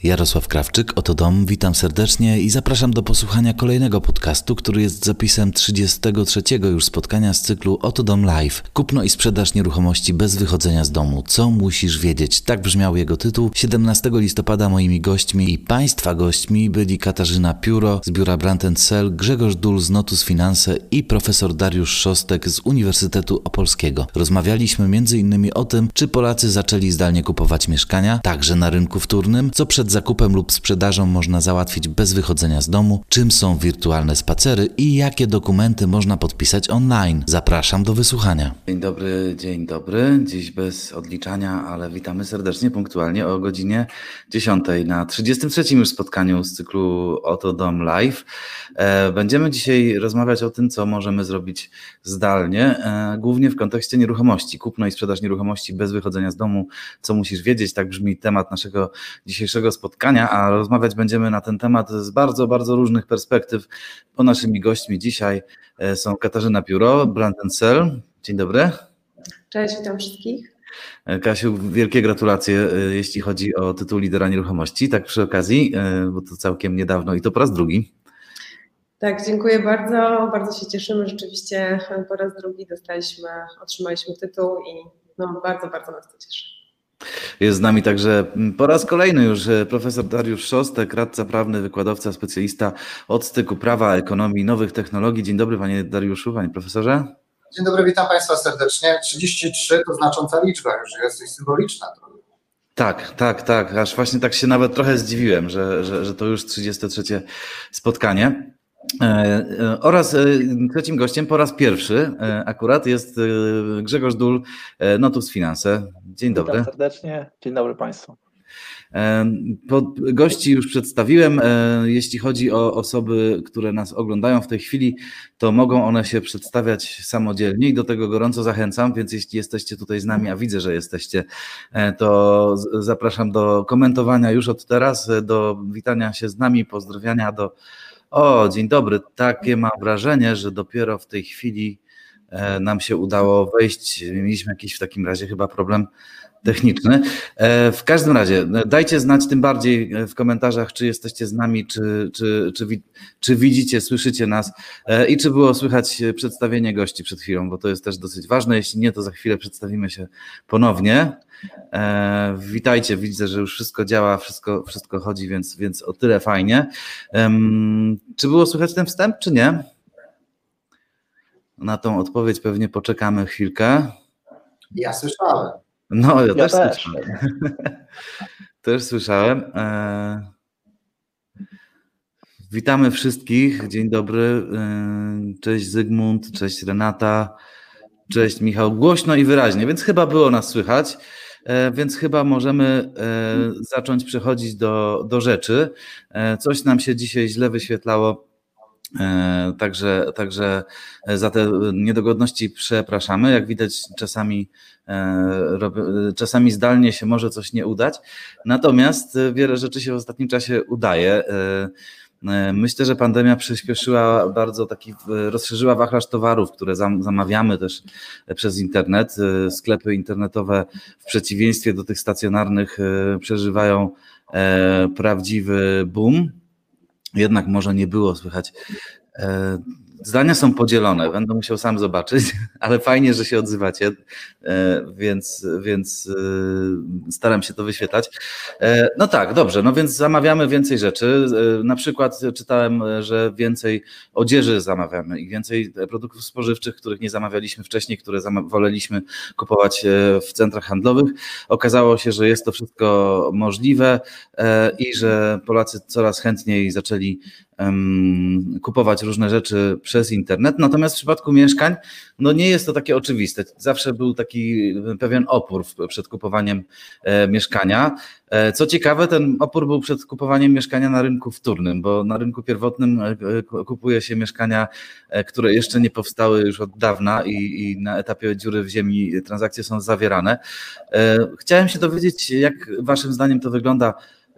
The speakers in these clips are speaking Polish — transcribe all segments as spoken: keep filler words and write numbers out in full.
Jarosław Krawczyk, oto dom, witam serdecznie i zapraszam do posłuchania kolejnego podcastu, który jest zapisem trzydziestego trzeciego już spotkania z cyklu Oto dom live. Kupno i sprzedaż nieruchomości bez wychodzenia z domu. Co musisz wiedzieć? Tak brzmiał jego tytuł. siedemnastego listopada moimi gośćmi i Państwa gośćmi byli Katarzyna Pióro z biura Brandt and Sell, Grzegorz Dul z Notus Finanse i profesor Dariusz Szostek z Uniwersytetu Opolskiego. Rozmawialiśmy między innymi o tym, czy Polacy zaczęli zdalnie kupować mieszkania, także na rynku wtórnym, co przed zakupem lub sprzedażą można załatwić bez wychodzenia z domu, czym są wirtualne spacery i jakie dokumenty można podpisać online. Zapraszam do wysłuchania. Dzień dobry, dzień dobry. Dziś bez odliczania, ale witamy serdecznie, punktualnie o godzinie dziesiątej na trzydziestym trzecim już spotkaniu z cyklu Oto dom live. Będziemy dzisiaj rozmawiać o tym, co możemy zrobić zdalnie, głównie w kontekście nieruchomości. Kupno i sprzedaż nieruchomości bez wychodzenia z domu. Co musisz wiedzieć? Tak brzmi temat naszego dzisiejszego spotkania, a rozmawiać będziemy na ten temat z bardzo, bardzo różnych perspektyw. Bo naszymi gośćmi dzisiaj są Katarzyna Pióro, Brandt and Sell. Dzień dobry. Cześć, witam wszystkich. Kasiu, wielkie gratulacje, jeśli chodzi o tytuł lidera nieruchomości, tak przy okazji, bo to całkiem niedawno i to po raz drugi. Tak, dziękuję bardzo, bardzo się cieszymy, rzeczywiście po raz drugi dostaliśmy, otrzymaliśmy tytuł i no, bardzo, bardzo nas to cieszy. Jest z nami także po raz kolejny już profesor Dariusz Szostek, radca prawny, wykładowca, specjalista od styku prawa, ekonomii, nowych technologii. Dzień dobry panie Dariuszu, panie profesorze. Dzień dobry, witam państwa serdecznie. trzydzieści trzy to znacząca liczba, już jest coś symboliczna. Tak, tak, tak, aż właśnie tak się nawet trochę zdziwiłem, że, że, że to już trzydzieste trzecie spotkanie. Oraz trzecim gościem po raz pierwszy akurat jest Grzegorz Dul, Notus Finanse. Dzień dobry. Witam serdecznie. Dzień dobry Państwu. Gości już przedstawiłem. Jeśli chodzi o osoby, które nas oglądają w tej chwili, to mogą one się przedstawiać samodzielnie i do tego gorąco zachęcam, więc jeśli jesteście tutaj z nami, a widzę, że jesteście, to zapraszam do komentowania już od teraz, do witania się z nami, pozdrawiania, do O, dzień dobry. Takie mam wrażenie, że dopiero w tej chwili nam się udało wejść. Mieliśmy jakiś w takim razie chyba problem techniczny. W każdym razie dajcie znać tym bardziej w komentarzach, czy jesteście z nami, czy, czy, czy, czy widzicie, słyszycie nas i czy było słychać przedstawienie gości przed chwilą, bo to jest też dosyć ważne. Jeśli nie, to za chwilę przedstawimy się ponownie. E, witajcie, widzę, że już wszystko działa, wszystko, wszystko chodzi, więc, więc o tyle fajnie. Um, czy było słychać ten wstęp, czy nie? Na tą odpowiedź pewnie poczekamy chwilkę. Ja słyszałem. No, ja, ja też, też słyszałem. Też słyszałem. E, witamy wszystkich, dzień dobry. E, cześć Zygmunt, cześć Renata, cześć Michał. Głośno i wyraźnie, więc chyba było nas słychać. Więc chyba możemy zacząć przechodzić do, do rzeczy. Coś nam się dzisiaj źle wyświetlało, także, także za te niedogodności przepraszamy. Jak widać, czasami, czasami zdalnie się może coś nie udać, natomiast wiele rzeczy się w ostatnim czasie udaje. Myślę, że pandemia przyspieszyła bardzo, taki, rozszerzyła wachlarz towarów, które zamawiamy też przez internet. Sklepy internetowe w przeciwieństwie do tych stacjonarnych przeżywają prawdziwy boom. Jednak może nie było słychać. Zdania są podzielone, będę musiał sam zobaczyć, ale fajnie, że się odzywacie, więc, więc staram się to wyświetlać. No tak, dobrze, no więc zamawiamy więcej rzeczy. Na przykład czytałem, że więcej odzieży zamawiamy i więcej produktów spożywczych, których nie zamawialiśmy wcześniej, które woleliśmy kupować w centrach handlowych. Okazało się, że jest to wszystko możliwe i że Polacy coraz chętniej zaczęli kupować różne rzeczy przez internet, natomiast w przypadku mieszkań no nie jest to takie oczywiste. Zawsze był taki pewien opór przed kupowaniem mieszkania. Co ciekawe, ten opór był przed kupowaniem mieszkania na rynku wtórnym, bo na rynku pierwotnym kupuje się mieszkania, które jeszcze nie powstały już od dawna i, i na etapie dziury w ziemi transakcje są zawierane. Chciałem się dowiedzieć, jak waszym zdaniem to wygląda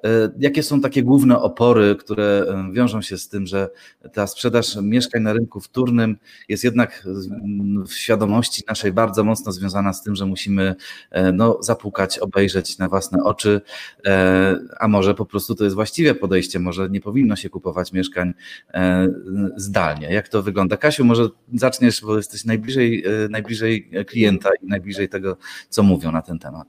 Jakie są takie główne opory, które wiążą się z tym, że ta sprzedaż mieszkań na rynku wtórnym jest jednak w świadomości naszej bardzo mocno związana z tym, że musimy no, zapukać, obejrzeć na własne oczy, a może po prostu to jest właściwe podejście, może nie powinno się kupować mieszkań zdalnie. Jak to wygląda? Kasiu, może zaczniesz, bo jesteś najbliżej, najbliżej klienta i najbliżej tego, co mówią na ten temat.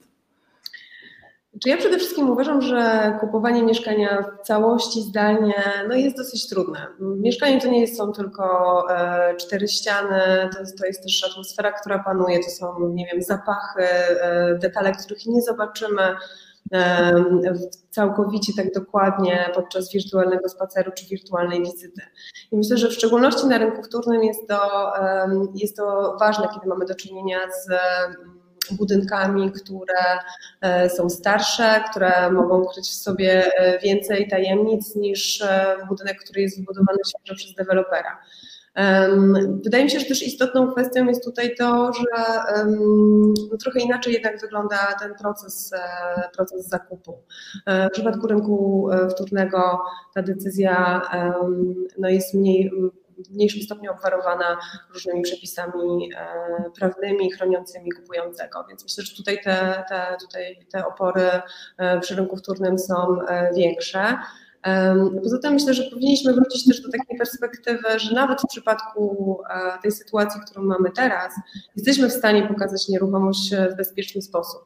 Czy ja przede wszystkim uważam, że kupowanie mieszkania w całości zdalnie no jest dosyć trudne. Mieszkanie to nie są tylko e, cztery ściany, to jest, to jest też atmosfera, która panuje, to są, nie wiem, zapachy, e, detale, których nie zobaczymy e, całkowicie tak dokładnie podczas wirtualnego spaceru czy wirtualnej wizyty. I myślę, że w szczególności na rynku wtórnym jest to, e, jest to ważne, kiedy mamy do czynienia z budynkami, które są starsze, które mogą kryć w sobie więcej tajemnic niż budynek, który jest wybudowany świeżo przez dewelopera. Wydaje mi się, że też istotną kwestią jest tutaj to, że no trochę inaczej jednak wygląda ten proces, proces zakupu. W przypadku rynku wtórnego ta decyzja no jest mniej w mniejszym stopniu obwarowana różnymi przepisami e, prawnymi chroniącymi kupującego. Więc myślę, że tutaj te, te, tutaj te opory e, przy rynku wtórnym są e, większe. E, poza tym myślę, że powinniśmy wrócić też do takiej perspektywy, że nawet w przypadku e, tej sytuacji, którą mamy teraz, jesteśmy w stanie pokazać nieruchomość w bezpieczny sposób.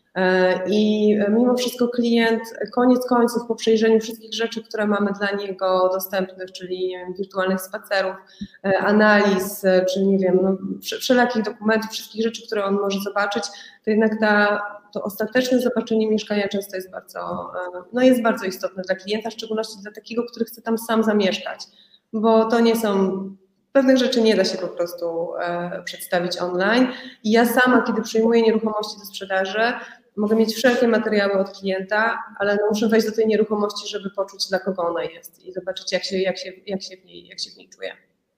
I mimo wszystko klient koniec końców po przejrzeniu wszystkich rzeczy, które mamy dla niego dostępnych, czyli nie wiem, wirtualnych spacerów, analiz, czy nie wiem, no, wszelakich dokumentów, wszystkich rzeczy, które on może zobaczyć, to jednak ta, to ostateczne zobaczenie mieszkania często jest bardzo, no jest bardzo istotne dla klienta, w szczególności dla takiego, który chce tam sam zamieszkać, bo to nie są... Pewnych rzeczy nie da się po prostu e, przedstawić online i ja sama, kiedy przyjmuję nieruchomości do sprzedaży, mogę mieć wszelkie materiały od klienta, ale no muszę wejść do tej nieruchomości, żeby poczuć, dla kogo ona jest i zobaczyć, jak się, jak się, jak się, w, niej, jak się w niej czuję.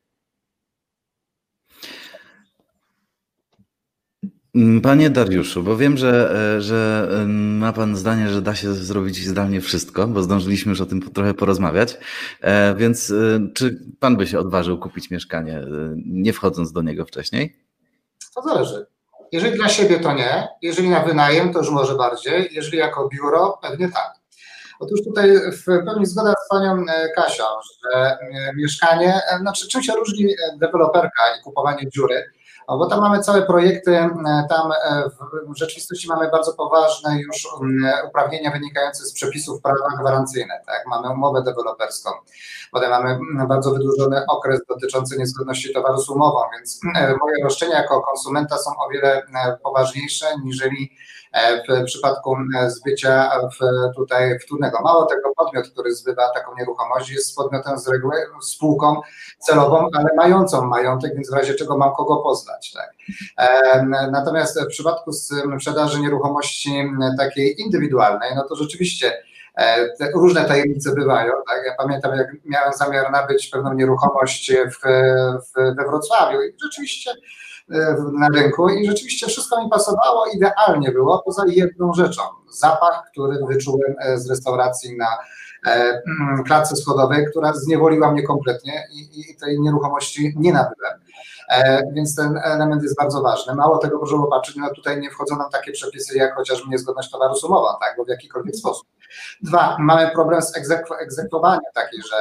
Panie Dariuszu, bo wiem, że, że ma Pan zdanie, że da się zrobić zdalnie wszystko, bo zdążyliśmy już o tym trochę porozmawiać, więc czy Pan by się odważył kupić mieszkanie, nie wchodząc do niego wcześniej? To zależy. Jeżeli dla siebie, to nie. Jeżeli na wynajem, to już może bardziej. Jeżeli jako biuro, pewnie tak. Otóż tutaj w pełni zgoda z Panią Kasią, że mieszkanie, znaczy czym się różni deweloperka i kupowanie dziury, no bo tam mamy całe projekty, tam w rzeczywistości mamy bardzo poważne już uprawnienia wynikające z przepisów prawa gwarancyjne, tak? Mamy umowę deweloperską, potem mamy bardzo wydłużony okres dotyczący niezgodności towaru z umową, więc moje roszczenia jako konsumenta są o wiele poważniejsze niżeli w przypadku zbycia tutaj wtórnego. Mało tego, podmiot, który zbywa taką nieruchomość, jest podmiotem z reguły spółką celową, ale mającą majątek, więc w razie czego mam kogo pozwać. Tak. Natomiast w przypadku sprzedaży nieruchomości takiej indywidualnej, no to rzeczywiście te różne tajemnice bywają. Tak. Ja pamiętam, jak miałem zamiar nabyć pewną nieruchomość w, w, we Wrocławiu i rzeczywiście na rynku i rzeczywiście wszystko mi pasowało, idealnie było, poza jedną rzeczą. Zapach, który wyczułem z restauracji na klatce schodowej, która zniewoliła mnie kompletnie i, i tej nieruchomości nie nabyłem. Więc ten element jest bardzo ważny. Mało tego, proszę popatrzeć, no tutaj nie wchodzą nam takie przepisy jak chociażby niezgodność towaru z umową, tak, bo w jakikolwiek sposób. Dwa, mamy problem z egzekw- egzekwowaniem takiej, że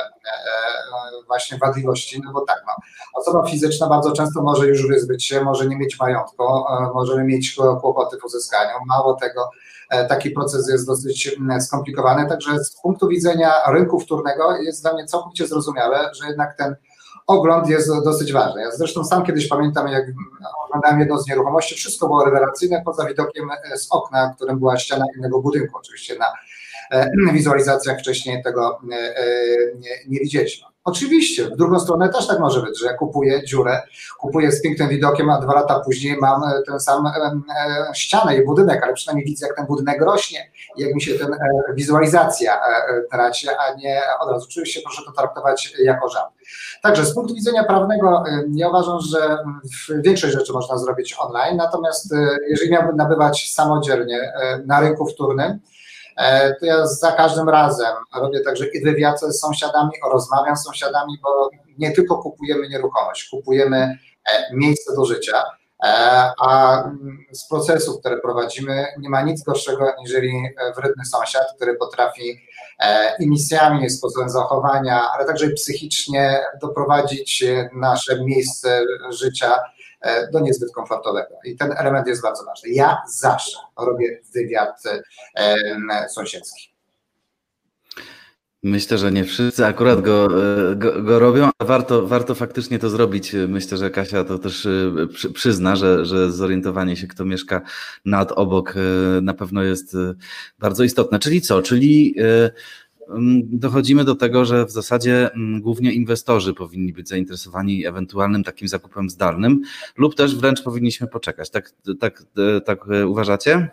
e, właśnie wadliwości, no bo tak, no, osoba fizyczna bardzo często może już wyzbyć się, może nie mieć majątku, e, możemy mieć kłopoty w uzyskaniu. Mało tego, e, taki proces jest dosyć skomplikowany, także z punktu widzenia rynku wtórnego jest dla mnie całkowicie zrozumiałe, że jednak ten ogląd jest dosyć ważny. Ja zresztą sam kiedyś pamiętam, jak oglądałem jedną z nieruchomości, wszystko było rewelacyjne, poza widokiem z okna, którym była ściana innego budynku. Oczywiście na wizualizacjach wcześniej tego nie, nie widzieliśmy. Oczywiście, w drugą stronę też tak może być, że ja kupuję dziurę, kupuję z pięknym widokiem, a dwa lata później mam tę samą ścianę i budynek, ale przynajmniej widzę, jak ten budynek rośnie i jak mi się ten wizualizacja traci, a nie od razu. Oczywiście proszę to traktować jako żart. Także z punktu widzenia prawnego ja uważam, że większość rzeczy można zrobić online, natomiast jeżeli miałbym nabywać samodzielnie na rynku wtórnym, to ja za każdym razem robię także i wywiad z sąsiadami, rozmawiam z sąsiadami, bo nie tylko kupujemy nieruchomość, kupujemy miejsce do życia, a z procesów, które prowadzimy, nie ma nic gorszego aniżeli wredny sąsiad, który potrafi i misjami, sposobem zachowania, ale także i psychicznie doprowadzić nasze miejsce życia do niezbyt komfortowego. I ten element jest bardzo ważny. Ja zawsze robię wywiad sąsiedzki. Myślę, że nie wszyscy akurat go, go, go robią, a warto, warto faktycznie to zrobić. Myślę, że Kasia to też przy, przyzna, że, że zorientowanie się, kto mieszka nad, obok, na pewno jest bardzo istotne. Czyli co? Czyli dochodzimy do tego, że w zasadzie głównie inwestorzy powinni być zainteresowani ewentualnym takim zakupem zdalnym lub też wręcz powinniśmy poczekać. Tak, tak, tak uważacie?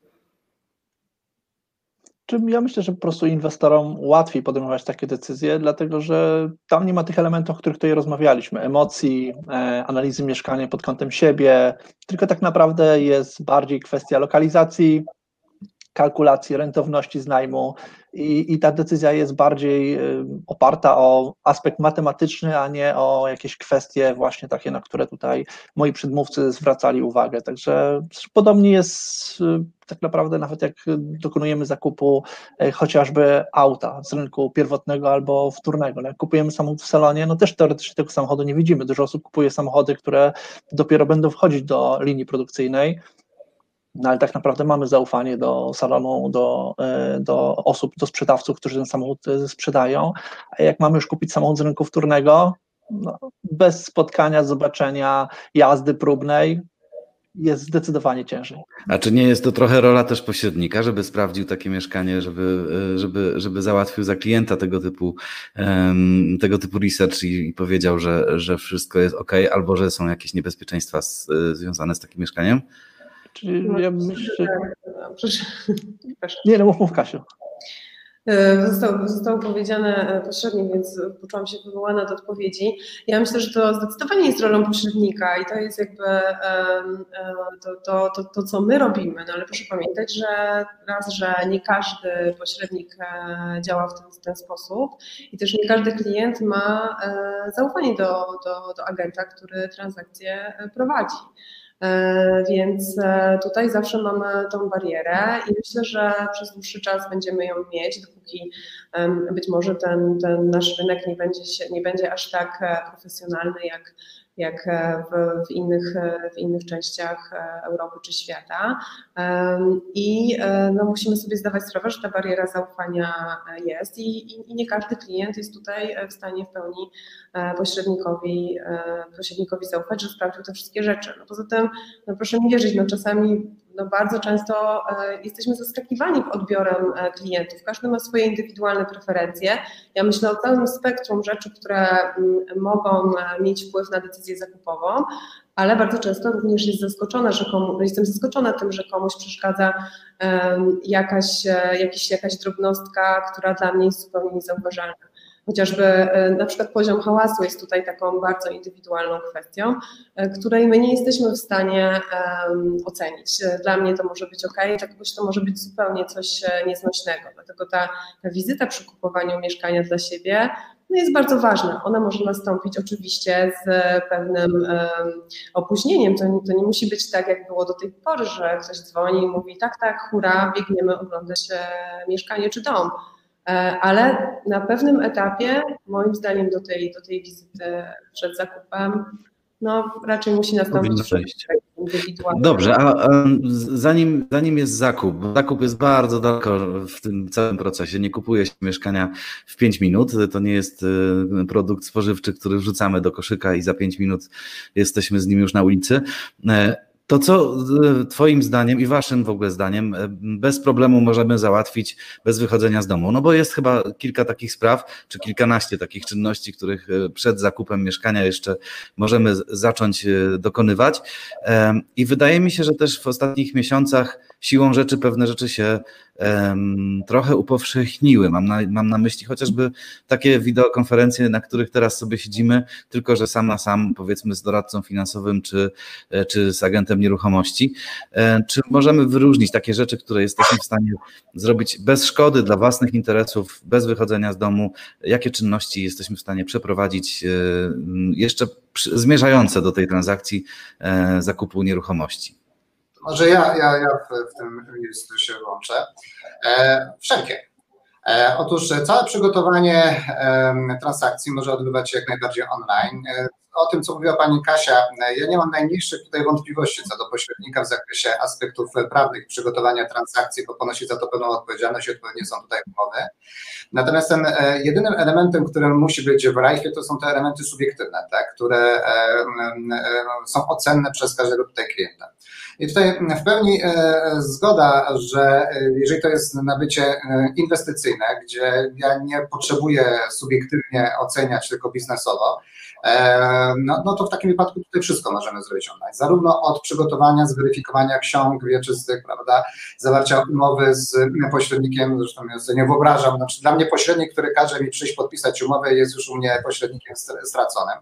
Ja myślę, że po prostu inwestorom łatwiej podejmować takie decyzje, dlatego że tam nie ma tych elementów, o których tutaj rozmawialiśmy, emocji, analizy mieszkania pod kątem siebie, tylko tak naprawdę jest bardziej kwestia lokalizacji, kalkulacji rentowności z najmu i, i ta decyzja jest bardziej oparta o aspekt matematyczny, a nie o jakieś kwestie właśnie takie, na które tutaj moi przedmówcy zwracali uwagę. Także podobnie jest tak naprawdę nawet jak dokonujemy zakupu chociażby auta z rynku pierwotnego albo wtórnego. Jak kupujemy samochód w salonie, no też teoretycznie tego samochodu nie widzimy. Dużo osób kupuje samochody, które dopiero będą wchodzić do linii produkcyjnej. No ale tak naprawdę mamy zaufanie do salonu, do, do osób, do sprzedawców, którzy ten samochód sprzedają, a jak mamy już kupić samochód z rynku wtórnego, no, bez spotkania, zobaczenia, jazdy próbnej jest zdecydowanie ciężej. A czy nie jest to trochę rola też pośrednika, żeby sprawdził takie mieszkanie, żeby, żeby, żeby załatwił za klienta tego typu, um, tego typu research i, i powiedział, że, że wszystko jest ok, albo że są jakieś niebezpieczeństwa z, związane z takim mieszkaniem? Czyli No, ja myślę... Proszę. Nie, no mów, mów Kasiu. Zostało, zostało powiedziane pośrednio, więc poczułam się wywołana do odpowiedzi. Ja myślę, że to zdecydowanie jest rolą pośrednika i to jest jakby to, to, to, to co my robimy, no ale proszę pamiętać, że raz, że nie każdy pośrednik działa w ten, w ten sposób i też nie każdy klient ma zaufanie do, do, do agenta, który transakcję prowadzi. Więc tutaj zawsze mamy tą barierę i myślę, że przez dłuższy czas będziemy ją mieć, dopóki być może ten, ten nasz rynek nie będzie, się, nie będzie aż tak profesjonalny jak, jak w, w, innych, w innych częściach Europy czy świata. I no, musimy sobie zdawać sprawę, że ta bariera zaufania jest i, i, i nie każdy klient jest tutaj w stanie w pełni pośrednikowi, pośrednikowi zaufać, że sprawdził te wszystkie rzeczy. No, poza tym, no, proszę mi wierzyć, no, czasami no, bardzo często jesteśmy zaskakiwani odbiorem klientów. Każdy ma swoje indywidualne preferencje. Ja myślę o całym spektrum rzeczy, które mogą mieć wpływ na decyzję zakupową, ale bardzo często również jest zaskoczona, że komu, jestem zaskoczona tym, że komuś przeszkadza um, jakaś, jakiś, jakaś drobnostka, która dla mnie jest zupełnie niezauważalna. Chociażby na przykład poziom hałasu jest tutaj taką bardzo indywidualną kwestią, której my nie jesteśmy w stanie um, ocenić. Dla mnie to może być ok, dla kogoś to może być zupełnie coś nieznośnego. Dlatego ta, ta wizyta przy kupowaniu mieszkania dla siebie no jest bardzo ważna. Ona może nastąpić oczywiście z pewnym um, opóźnieniem. To, to nie musi być tak, jak było do tej pory, że ktoś dzwoni i mówi tak, tak, hura, biegniemy oglądać mieszkanie czy dom. Ale na pewnym etapie, moim zdaniem, do tej, do tej wizyty przed zakupem, no raczej musi nastąpić indywidualnie. Dobrze, a, a zanim, zanim jest zakup, bo zakup jest bardzo daleko w tym całym procesie, nie kupuje się mieszkania w pięć minut, to nie jest produkt spożywczy, który wrzucamy do koszyka i za pięć minut jesteśmy z nim już na ulicy. To co twoim zdaniem i waszym w ogóle zdaniem bez problemu możemy załatwić bez wychodzenia z domu? No bo jest chyba kilka takich spraw, czy kilkanaście takich czynności, których przed zakupem mieszkania jeszcze możemy zacząć dokonywać. I wydaje mi się, że też w ostatnich miesiącach siłą rzeczy pewne rzeczy się um, trochę upowszechniły. Mam na, mam na myśli chociażby takie wideokonferencje, na których teraz sobie siedzimy, tylko że sam na sam, powiedzmy z doradcą finansowym czy, czy z agentem nieruchomości. Czy możemy wyróżnić takie rzeczy, które jesteśmy w stanie zrobić bez szkody dla własnych interesów, bez wychodzenia z domu? Jakie czynności jesteśmy w stanie przeprowadzić jeszcze zmierzające do tej transakcji zakupu nieruchomości? Może ja, ja, ja w, w tym miejscu się włączę. E, wszelkie. E, otóż całe przygotowanie e, transakcji może odbywać się jak najbardziej online. E, o tym, co mówiła pani Kasia, ja nie mam najmniejszych tutaj wątpliwości co do pośrednika w zakresie aspektów prawnych przygotowania transakcji, bo ponosi za to pełną odpowiedzialność i odpowiednie są tutaj umowy. Natomiast ten e, jedynym elementem, który musi być w rajfie, to są te elementy subiektywne, tak, które e, e, są ocenne przez każdego tutaj klienta. I tutaj w pełni zgoda, że jeżeli to jest nabycie inwestycyjne, gdzie ja nie potrzebuję subiektywnie oceniać, tylko biznesowo, no, no to w takim wypadku tutaj wszystko możemy zrobić online. Zarówno od przygotowania, zweryfikowania ksiąg wieczystych, prawda, zawarcia umowy z pośrednikiem, zresztą ja sobie nie wyobrażam, znaczy dla mnie pośrednik, który każe mi przyjść podpisać umowę, jest już u mnie pośrednikiem straconym.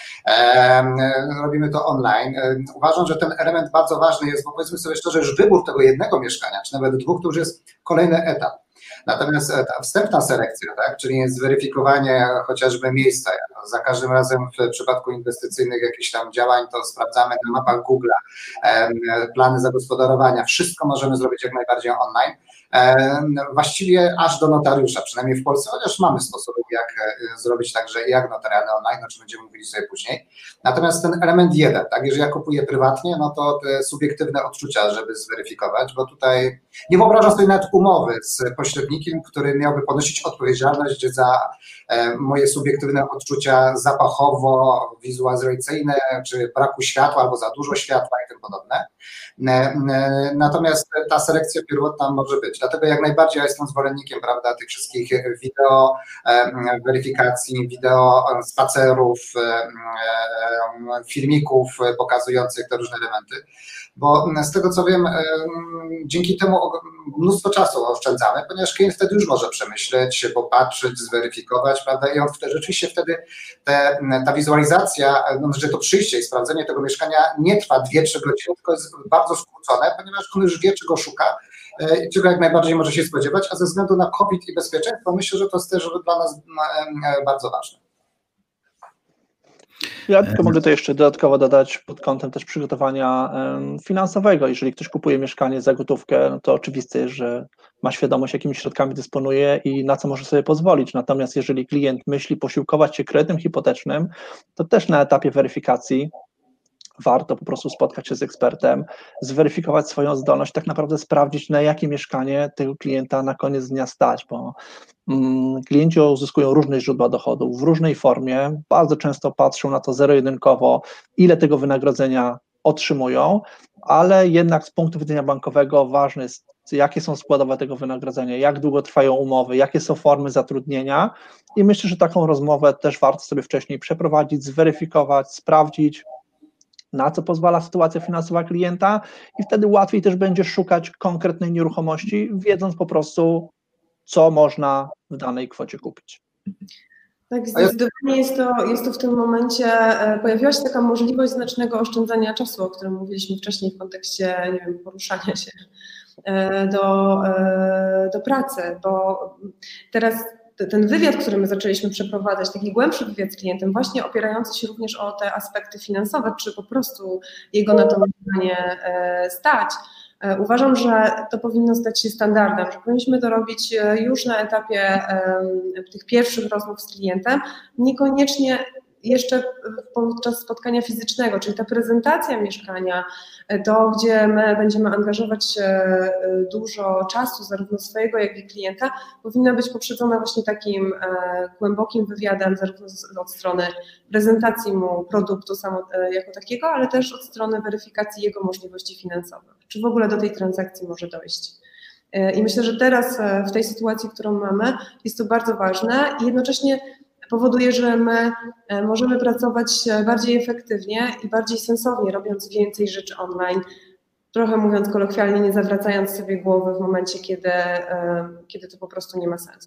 Robimy to online. Uważam, że ten element bardzo ważny jest, bo powiedzmy sobie szczerze, że wybór tego jednego mieszkania, czy nawet dwóch, to już jest kolejny etap. Natomiast ta wstępna selekcja, tak, czyli zweryfikowanie chociażby miejsca, za każdym razem w przypadku inwestycyjnych jakichś tam działań, to sprawdzamy na mapach Google'a, plany zagospodarowania, wszystko możemy zrobić jak najbardziej online. Właściwie aż do notariusza, przynajmniej w Polsce, chociaż mamy sposoby, jak zrobić także jak notarialne online, o czym będziemy mówili sobie później. Natomiast ten element jeden, tak, jeżeli ja kupuję prywatnie, no to te subiektywne odczucia, żeby zweryfikować, bo tutaj nie wyobrażam sobie nawet umowy z pośrednikiem, który miałby ponosić odpowiedzialność za moje subiektywne odczucia zapachowo-wizualizacyjne, czy braku światła, albo za dużo światła i tym podobne. Natomiast ta selekcja pierwotna może być. Dlatego jak najbardziej ja jestem zwolennikiem, prawda, tych wszystkich wideo weryfikacji, wideo spacerów, filmików pokazujących te różne elementy, bo z tego co wiem, dzięki temu mnóstwo czasu oszczędzamy, ponieważ klient wtedy już może przemyśleć, popatrzeć, zweryfikować, prawda, i on wtedy, rzeczywiście wtedy te, ta wizualizacja, no, że to przyjście i sprawdzenie tego mieszkania nie trwa dwie trzy godziny, tylko jest bardzo skrócone, ponieważ on już wie, czego szuka i czego jak najbardziej może się spodziewać, a ze względu na COVID i bezpieczeństwo myślę, że to jest też dla nas bardzo ważne. Ja tylko mogę to jeszcze dodatkowo dodać pod kątem też przygotowania finansowego. Jeżeli ktoś kupuje mieszkanie za gotówkę, no to oczywiste jest, że ma świadomość, jakimi środkami dysponuje i na co może sobie pozwolić. Natomiast jeżeli klient myśli posiłkować się kredytem hipotecznym, to też na etapie weryfikacji warto po prostu spotkać się z ekspertem, zweryfikować swoją zdolność, tak naprawdę sprawdzić, na jakie mieszkanie tego klienta na koniec dnia stać, bo mm, klienci uzyskują różne źródła dochodów w różnej formie, bardzo często patrzą na to zero-jedynkowo, ile tego wynagrodzenia otrzymują, ale jednak z punktu widzenia bankowego ważne jest, jakie są składowe tego wynagrodzenia, jak długo trwają umowy, jakie są formy zatrudnienia i myślę, że taką rozmowę też warto sobie wcześniej przeprowadzić, zweryfikować, sprawdzić, na co pozwala sytuacja finansowa klienta i wtedy łatwiej też będzie szukać konkretnej nieruchomości, wiedząc po prostu, co można w danej kwocie kupić. Tak, zdecydowanie jest to, jest to w tym momencie, pojawiła się taka możliwość znacznego oszczędzania czasu, o którym mówiliśmy wcześniej w kontekście, nie wiem, poruszania się do, do pracy, bo teraz ten wywiad, który my zaczęliśmy przeprowadzać, taki głębszy wywiad z klientem, właśnie opierający się również o te aspekty finansowe, czy po prostu jego na to mieszkanie stać, uważam, że to powinno stać się standardem, że powinniśmy to robić już na etapie tych pierwszych rozmów z klientem, niekoniecznie jeszcze podczas spotkania fizycznego, czyli ta prezentacja mieszkania, to gdzie my będziemy angażować dużo czasu, zarówno swojego, jak i klienta, powinna być poprzedzona właśnie takim głębokim wywiadem, zarówno od strony prezentacji mu produktu samo jako takiego, ale też od strony weryfikacji jego możliwości finansowych, czy w ogóle do tej transakcji może dojść. I myślę, że teraz w tej sytuacji, którą mamy, jest to bardzo ważne i jednocześnie powoduje, że my możemy pracować bardziej efektywnie i bardziej sensownie, robiąc więcej rzeczy online. trochę mówiąc kolokwialnie, nie zawracając sobie głowy w momencie, kiedy, kiedy to po prostu nie ma sensu.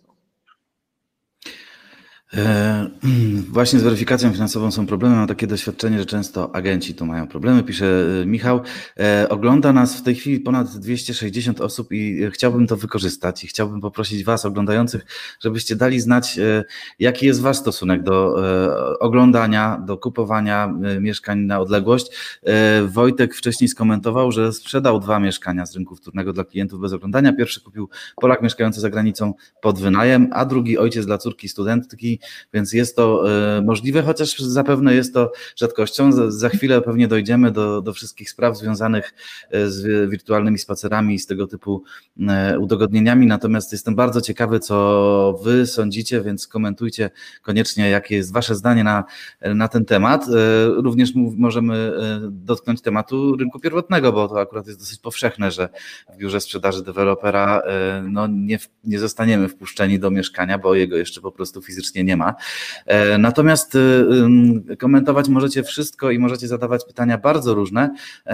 E, właśnie z weryfikacją finansową są problemy. Mam takie doświadczenie, że często agenci tu mają problemy, pisze Michał. E, ogląda nas w tej chwili ponad dwieście sześćdziesiąt osób i chciałbym to wykorzystać i chciałbym poprosić Was oglądających, żebyście dali znać, e, jaki jest Wasz stosunek do e, oglądania, do kupowania e, mieszkań na odległość. E, Wojtek wcześniej skomentował, że sprzedał dwa mieszkania z rynku wtórnego dla klientów bez oglądania. Pierwszy kupił Polak mieszkający za granicą pod wynajem, a drugi ojciec dla córki studentki. Więc jest to y, możliwe, chociaż zapewne jest to rzadkością. Za, za chwilę pewnie dojdziemy do, do wszystkich spraw związanych z wirtualnymi spacerami i z tego typu y, udogodnieniami. Natomiast jestem bardzo ciekawy, co Wy sądzicie, więc komentujcie koniecznie, jakie jest Wasze zdanie na, na ten temat. Y, również mów, możemy y, dotknąć tematu rynku pierwotnego, bo to akurat jest dosyć powszechne, że w biurze sprzedaży dewelopera y, no, nie, nie zostaniemy wpuszczeni do mieszkania, bo jego jeszcze po prostu fizycznie nie ma. Natomiast komentować możecie wszystko i możecie zadawać pytania bardzo różne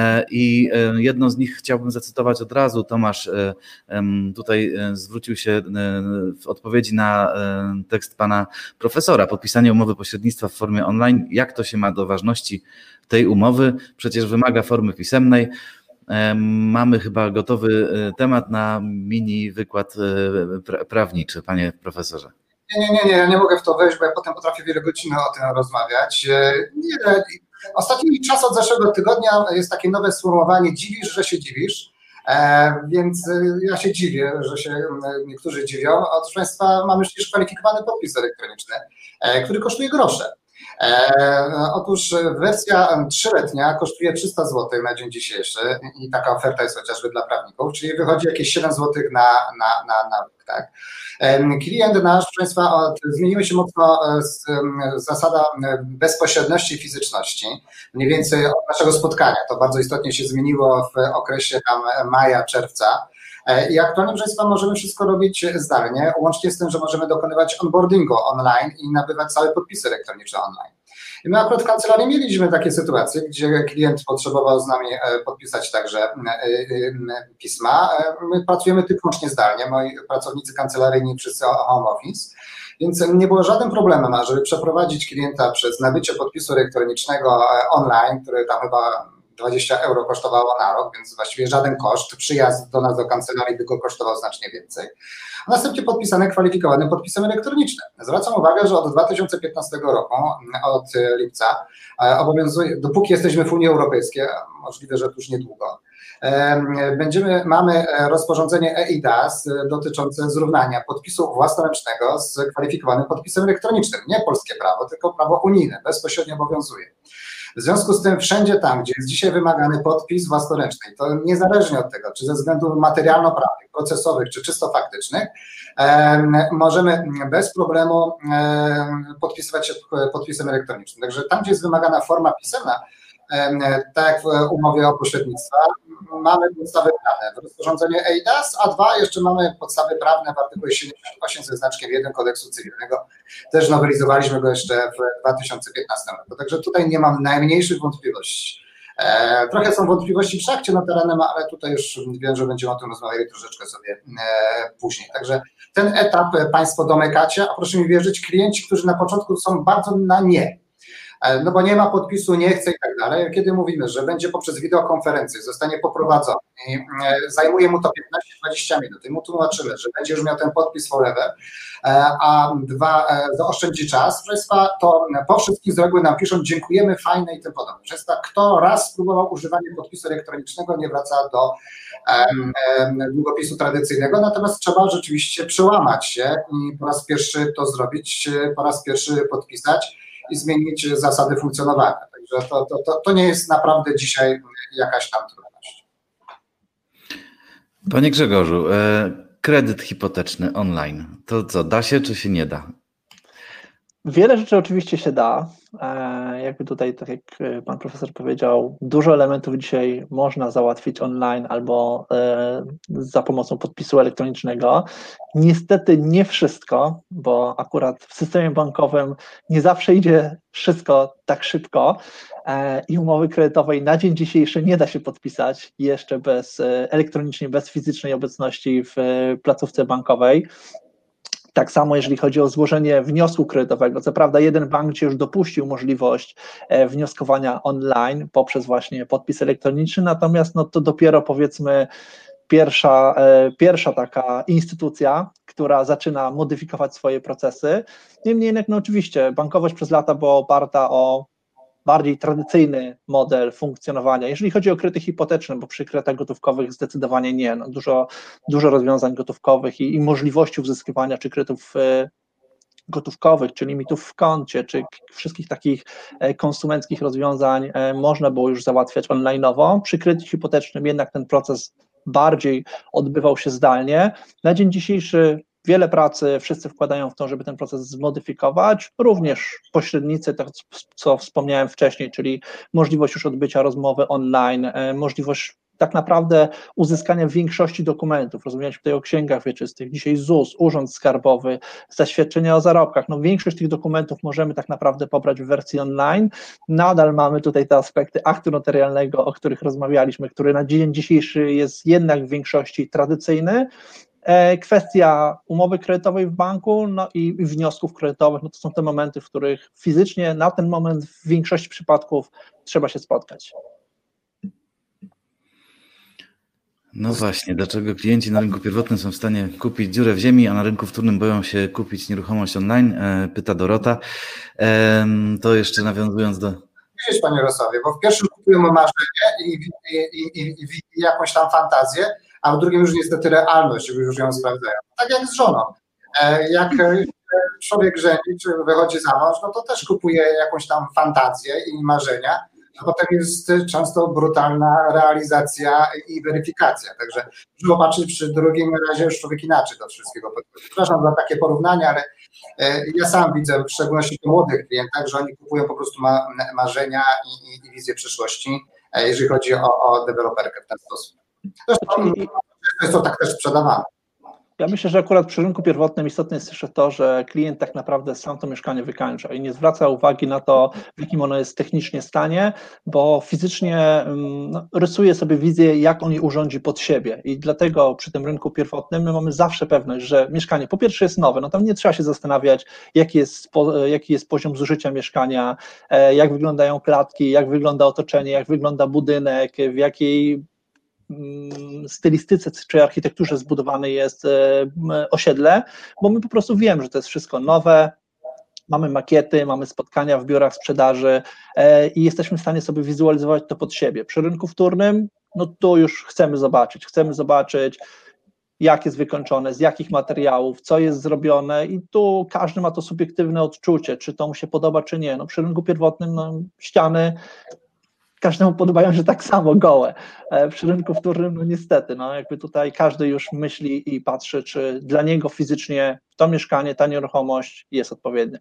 i jedno z nich chciałbym zacytować od razu. Tomasz tutaj zwrócił się w odpowiedzi na tekst pana profesora. Podpisanie umowy pośrednictwa w formie online. Jak to się ma do ważności tej umowy? Przecież wymaga formy pisemnej. Mamy chyba gotowy temat na mini wykład prawniczy, panie profesorze. Nie, nie, nie, ja nie mogę w to wejść, bo ja potem potrafię wiele godzin o tym rozmawiać. Nie, ostatni czas od zeszłego tygodnia jest takie nowe sformułowanie: dziwisz, że się dziwisz, e, więc ja się dziwię, że się niektórzy dziwią. Otóż Państwa, mamy przecież kwalifikowany podpis elektroniczny, e, który kosztuje grosze. E, otóż wersja trzyletnia kosztuje trzysta złotych na dzień dzisiejszy i taka oferta jest chociażby dla prawników, czyli wychodzi jakieś siedem złotych na, na, na, na rok, tak? E, klient nasz, proszę Państwa, od, zmieniły się mocno z, zasada bezpośredności i fizyczności, mniej więcej od naszego spotkania. To bardzo istotnie się zmieniło w okresie tam maja, czerwca. I aktualnie, proszę Państwa, możemy wszystko robić zdalnie, łącznie z tym, że możemy dokonywać onboardingu online i nabywać całe podpisy elektroniczne online. I my akurat w kancelarii mieliśmy takie sytuacje, gdzie klient potrzebował z nami podpisać także pisma. My pracujemy tylko łącznie zdalnie, moi pracownicy kancelaryjni wszyscy home office, więc nie było żadnym problemem, żeby przeprowadzić klienta przez nabycie podpisu elektronicznego online, który tam chyba dwadzieścia euro kosztowało na rok, więc właściwie żaden koszt. Przyjazd do nas do kancelarii by go kosztował znacznie więcej. A następnie podpisane kwalifikowanym podpisem elektronicznym. Zwracam uwagę, że od dwa tysiące piętnastego roku, od lipca, obowiązuje, dopóki jesteśmy w Unii Europejskiej, możliwe, że już niedługo, będziemy, mamy rozporządzenie E I D A S dotyczące zrównania podpisu własnoręcznego z kwalifikowanym podpisem elektronicznym. Nie polskie prawo, tylko prawo unijne, bezpośrednio obowiązuje. W związku z tym wszędzie tam, gdzie jest dzisiaj wymagany podpis własnoręczny, to niezależnie od tego, czy ze względów materialno-prawnych, procesowych, czy czysto faktycznych, możemy bez problemu podpisywać się podpisem elektronicznym. Także tam, gdzie jest wymagana forma pisemna, tak jak w umowie o pośrednictwa, mamy podstawy prawne w rozporządzeniu E I D A S, a dwa jeszcze mamy podstawy prawne w artykule siedemdziesiąt osiem ze znaczkiem jeden Kodeksu Cywilnego. Też nowelizowaliśmy go jeszcze w dwa tysiące piętnastym roku. Także tutaj nie mam najmniejszych wątpliwości. E, trochę są wątpliwości w trakcie notarnym, ale tutaj już wiem, że będziemy o tym rozmawiali troszeczkę sobie e, później. Także ten etap Państwo domykacie, a proszę mi wierzyć, klienci, którzy na początku są bardzo na nie, no bo nie ma podpisu, nie chce i tak dalej. Kiedy mówimy, że będzie poprzez wideokonferencję, zostanie poprowadzony i zajmuje mu to piętnaście dwadzieścia minut i mu tłumaczymy, że będzie już miał ten podpis forever, a dwa, zaoszczędzi czas, Państwa, to po wszystkich z reguły nam piszą: dziękujemy, fajne i tym podobne. Państwa, kto raz spróbował używania podpisu elektronicznego, nie wraca do um, um, długopisu tradycyjnego, natomiast trzeba rzeczywiście przełamać się i po raz pierwszy to zrobić, po raz pierwszy podpisać i zmienić zasady funkcjonowania. Także to, to, to, to nie jest naprawdę dzisiaj jakaś tam trudność. Panie Grzegorzu, kredyt hipoteczny online, to co, da się czy się nie da? Wiele rzeczy oczywiście się da. Jakby tutaj, tak jak pan profesor powiedział, dużo elementów dzisiaj można załatwić online albo za pomocą podpisu elektronicznego. Niestety nie wszystko, bo akurat w systemie bankowym nie zawsze idzie wszystko tak szybko i umowy kredytowej na dzień dzisiejszy nie da się podpisać jeszcze bez elektronicznie, bez fizycznej obecności w placówce bankowej. Tak samo jeżeli chodzi o złożenie wniosku kredytowego. Co prawda jeden bank Ci już dopuścił możliwość wnioskowania online poprzez właśnie podpis elektroniczny, natomiast no to dopiero powiedzmy pierwsza, pierwsza taka instytucja, która zaczyna modyfikować swoje procesy. Niemniej jednak no oczywiście bankowość przez lata była oparta o bardziej tradycyjny model funkcjonowania. Jeżeli chodzi o kredyty hipoteczne, bo przy kredytach gotówkowych zdecydowanie nie. No dużo, dużo rozwiązań gotówkowych i, i możliwości uzyskiwania czy kredytów e, gotówkowych, czy limitów w koncie, czy wszystkich takich e, konsumenckich rozwiązań e, można było już załatwiać online'owo. Przy kredycie hipotecznym jednak ten proces bardziej odbywał się zdalnie. Na dzień dzisiejszy wiele pracy wszyscy wkładają w to, żeby ten proces zmodyfikować, również pośrednicy, tak co wspomniałem wcześniej, czyli możliwość już odbycia rozmowy online, możliwość tak naprawdę uzyskania większości dokumentów, rozumieliśmy tutaj o księgach wieczystych, dzisiaj Z U S, Urząd Skarbowy, zaświadczenia o zarobkach, no większość tych dokumentów możemy tak naprawdę pobrać w wersji online, nadal mamy tutaj te aspekty aktu notarialnego, o których rozmawialiśmy, który na dzień dzisiejszy jest jednak w większości tradycyjny. Kwestia umowy kredytowej w banku no i wniosków kredytowych, no to są te momenty, w których fizycznie na ten moment w większości przypadków trzeba się spotkać. No właśnie, dlaczego klienci na rynku pierwotnym są w stanie kupić dziurę w ziemi, a na rynku wtórnym boją się kupić nieruchomość online? Pyta Dorota. To jeszcze nawiązując do... Widzisz, panie Rosławie, bo w pierwszym kupujemy marzenie i, i, i, i, i jakąś tam fantazję, a w drugim już niestety realność, już ją sprawdzają. Tak jak z żoną. Jak człowiek żeni, czy wychodzi za mąż, no to też kupuje jakąś tam fantazję i marzenia, a potem jest często brutalna realizacja i weryfikacja. Także trzeba patrzeć przy drugim razie już człowiek inaczej do wszystkiego podchodzi. Przepraszam za takie porównania, ale ja sam widzę, w szczególności po młodych klientach, że oni kupują po prostu ma, marzenia i, i, i wizję przyszłości, jeżeli chodzi o, o deweloperkę w ten sposób. Zresztą jest to tak też sprzedawane. Ja myślę, że akurat przy rynku pierwotnym istotne jest jeszcze to, że klient tak naprawdę sam to mieszkanie wykańcza i nie zwraca uwagi na to, w jakim ono jest technicznie stanie, bo fizycznie no, rysuje sobie wizję, jak on je urządzi pod siebie i dlatego przy tym rynku pierwotnym my mamy zawsze pewność, że mieszkanie po pierwsze jest nowe, no tam nie trzeba się zastanawiać, jaki jest, jaki jest poziom zużycia mieszkania, jak wyglądają klatki, jak wygląda otoczenie, jak wygląda budynek, w jakiej stylistyce czy architekturze zbudowane jest osiedle, bo my po prostu wiemy, że to jest wszystko nowe, mamy makiety, mamy spotkania w biurach sprzedaży i jesteśmy w stanie sobie wizualizować to pod siebie. Przy rynku wtórnym, no tu już chcemy zobaczyć, chcemy zobaczyć, jak jest wykończone, z jakich materiałów, co jest zrobione i tu każdy ma to subiektywne odczucie, czy to mu się podoba, czy nie. No przy rynku pierwotnym no, ściany każdemu podobają się tak samo gołe. Przy rynku wtórnym, no niestety, no jakby tutaj każdy już myśli i patrzy, czy dla niego fizycznie to mieszkanie, ta nieruchomość jest odpowiednia.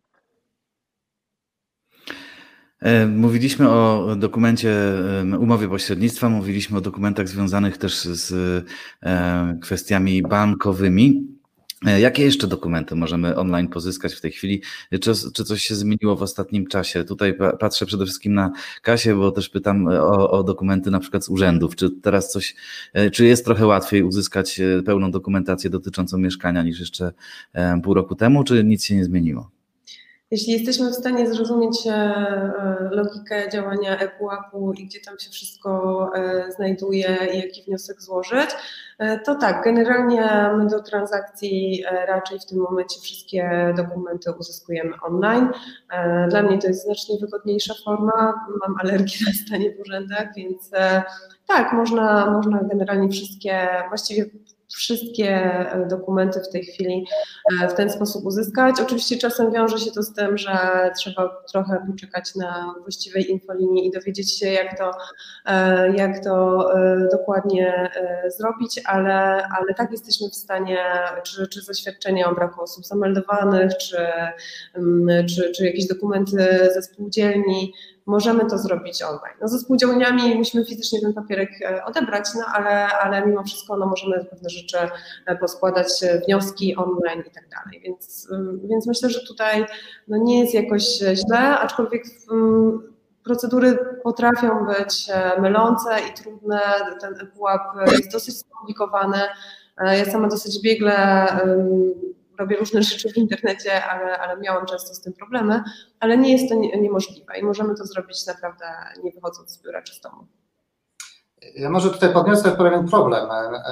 Mówiliśmy o dokumencie, umowie pośrednictwa, mówiliśmy o dokumentach związanych też z kwestiami bankowymi. Jakie jeszcze dokumenty możemy online pozyskać w tej chwili? Czy, czy coś się zmieniło w ostatnim czasie? Tutaj patrzę przede wszystkim na Kasię, bo też pytam o, o dokumenty na przykład z urzędów. Czy teraz coś, czy jest trochę łatwiej uzyskać pełną dokumentację dotyczącą mieszkania niż jeszcze pół roku temu, czy nic się nie zmieniło? Jeśli jesteśmy w stanie zrozumieć logikę działania ePUAP-u i gdzie tam się wszystko znajduje i jaki wniosek złożyć, to tak, generalnie my do transakcji raczej w tym momencie wszystkie dokumenty uzyskujemy online. Dla mnie to jest znacznie wygodniejsza forma, mam alergię na stanie w urzędach, więc tak, można, można generalnie wszystkie, właściwie wszystkie dokumenty w tej chwili w ten sposób uzyskać. Oczywiście czasem wiąże się to z tym, że trzeba trochę poczekać na właściwej infolinii i dowiedzieć się, jak to, jak to dokładnie zrobić, ale, ale tak jesteśmy w stanie, czy, czy zaświadczenia o braku osób zameldowanych, czy, czy, czy jakieś dokumenty ze spółdzielni, możemy to zrobić online. No ze spółdzielniami musimy fizycznie ten papierek odebrać, no ale, ale mimo wszystko no możemy pewne rzeczy poskładać, wnioski online i tak dalej, więc, więc myślę, że tutaj no nie jest jakoś źle, aczkolwiek procedury potrafią być mylące i trudne, ten ePUAP jest dosyć skomplikowany, ja sama dosyć biegle robię różne rzeczy w internecie, ale, ale miałam często z tym problemy, ale nie jest to nie, niemożliwe i możemy to zrobić naprawdę nie wychodząc z biura czy z domu. Ja może tutaj podniosę pewien problem.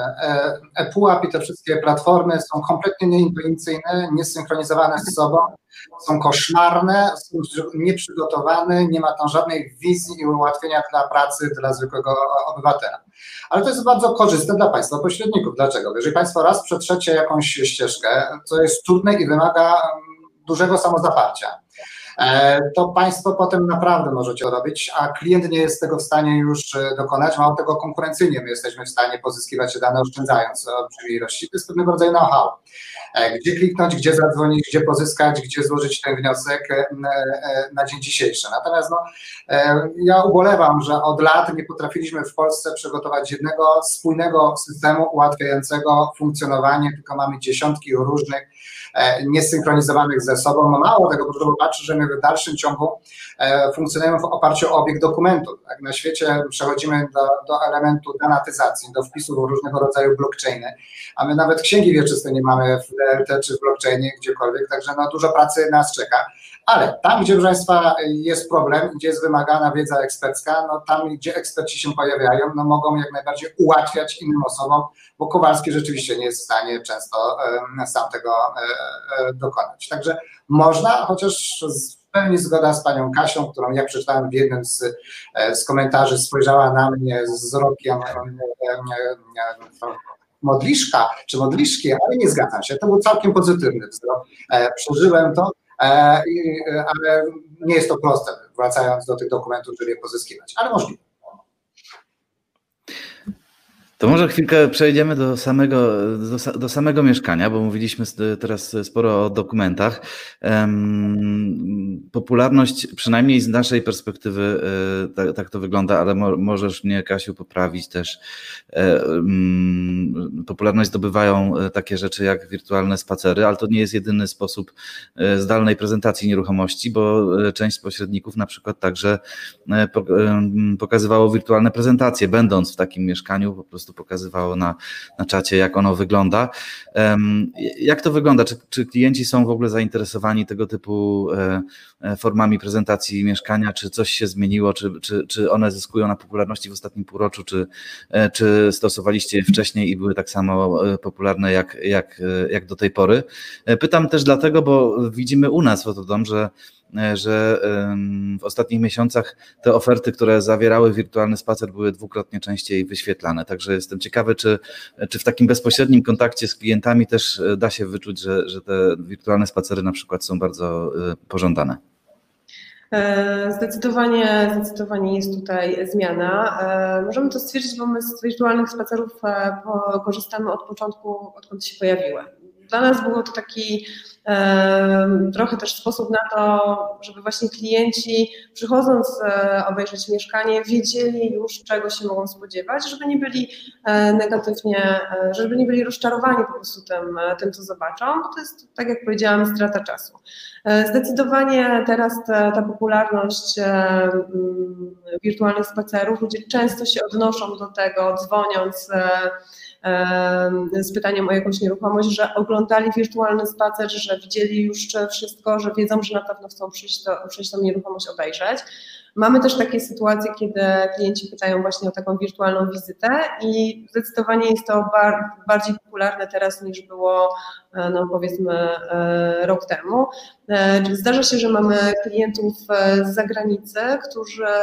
ePUAP i te wszystkie platformy są kompletnie nieintuicyjne, niesynchronizowane z sobą, są koszmarne, są nieprzygotowane, nie ma tam żadnej wizji i ułatwienia dla pracy dla zwykłego obywatela. Ale to jest bardzo korzystne dla Państwa pośredników. Dlaczego? Jeżeli Państwo raz przetrzecie jakąś ścieżkę, to jest trudne i wymaga dużego samozaparcia, to Państwo potem naprawdę możecie to robić, a klient nie jest tego w stanie już dokonać, mało tego konkurencyjnie my jesteśmy w stanie pozyskiwać te dane oszczędzając olbrzymiej ilości. To jest pewnego rodzaju know-how. Gdzie kliknąć, gdzie zadzwonić, gdzie pozyskać, gdzie złożyć ten wniosek na dzień dzisiejszy. Natomiast no, ja ubolewam, że od lat nie potrafiliśmy w Polsce przygotować jednego spójnego systemu ułatwiającego funkcjonowanie, tylko mamy dziesiątki różnych niesynchronizowanych ze sobą. No mało tego, proszę popatrzeć, że my w dalszym ciągu funkcjonujemy w oparciu o obieg dokumentów. Tak? Na świecie przechodzimy do, do elementu denatyzacji, do wpisów różnego rodzaju blockchainy, a my nawet księgi wieczyste nie mamy w D L T czy w blockchainie, gdziekolwiek, także no dużo pracy nas czeka. Ale tam, gdzie, proszę Państwa, jest problem, gdzie jest wymagana wiedza ekspercka, no tam, gdzie eksperci się pojawiają, no mogą jak najbardziej ułatwiać innym osobom, bo Kowalski rzeczywiście nie jest w stanie często um, sam tego um, dokonać. Także można, chociaż w pełni zgoda z panią Kasią, którą ja przeczytałem w jednym z, z komentarzy, spojrzała na mnie z wzrokiem um, um, modliszka czy modliszki, ale nie zgadzam się. To był całkiem pozytywny wzrok. Przeżyłem to. Ale nie jest to proste, wracając do tych dokumentów, żeby je pozyskiwać, ale możliwe. To może chwilkę przejdziemy do samego, do, do samego mieszkania, bo mówiliśmy teraz sporo o dokumentach. Um, popularność, przynajmniej z naszej perspektywy, tak, tak to wygląda, ale mo, możesz mnie, Kasiu, poprawić też. Um, popularność zdobywają takie rzeczy jak wirtualne spacery, ale to nie jest jedyny sposób zdalnej prezentacji nieruchomości, bo część z pośredników na przykład także pokazywało wirtualne prezentacje, będąc w takim mieszkaniu, po prostu pokazywało na, na czacie, jak ono wygląda. Jak to wygląda? Czy, czy klienci są w ogóle zainteresowani tego typu formami prezentacji mieszkania? Czy coś się zmieniło? Czy, czy, czy one zyskują na popularności w ostatnim półroczu? Czy, czy stosowaliście je wcześniej i były tak samo popularne jak, jak, jak do tej pory? Pytam też dlatego, bo widzimy u nas w Otodom, że że w ostatnich miesiącach te oferty, które zawierały wirtualny spacer, były dwukrotnie częściej wyświetlane. Także jestem ciekawy, czy, czy w takim bezpośrednim kontakcie z klientami też da się wyczuć, że, że te wirtualne spacery na przykład są bardzo pożądane. Zdecydowanie, zdecydowanie jest tutaj zmiana. Możemy to stwierdzić, bo my z wirtualnych spacerów korzystamy od początku, odkąd się pojawiły. Dla nas było to taki e, trochę też sposób na to, żeby właśnie klienci, przychodząc e, obejrzeć mieszkanie, wiedzieli już, czego się mogą spodziewać, żeby nie byli e, negatywnie, e, żeby nie byli rozczarowani po prostu tym, tym, co zobaczą, bo to jest, tak jak powiedziałam, strata czasu. E, zdecydowanie teraz ta, ta popularność e, wirtualnych spacerów, ludzie często się odnoszą do tego, dzwoniąc e, z pytaniem o jakąś nieruchomość, że oglądali wirtualny spacer, że widzieli już wszystko, że wiedzą, że na pewno chcą przyjść, to, przyjść tą nieruchomość obejrzeć. Mamy też takie sytuacje, kiedy klienci pytają właśnie o taką wirtualną wizytę i zdecydowanie jest to bar, bardziej popularne teraz niż było, no powiedzmy, rok temu. Zdarza się, że mamy klientów z zagranicy, którzy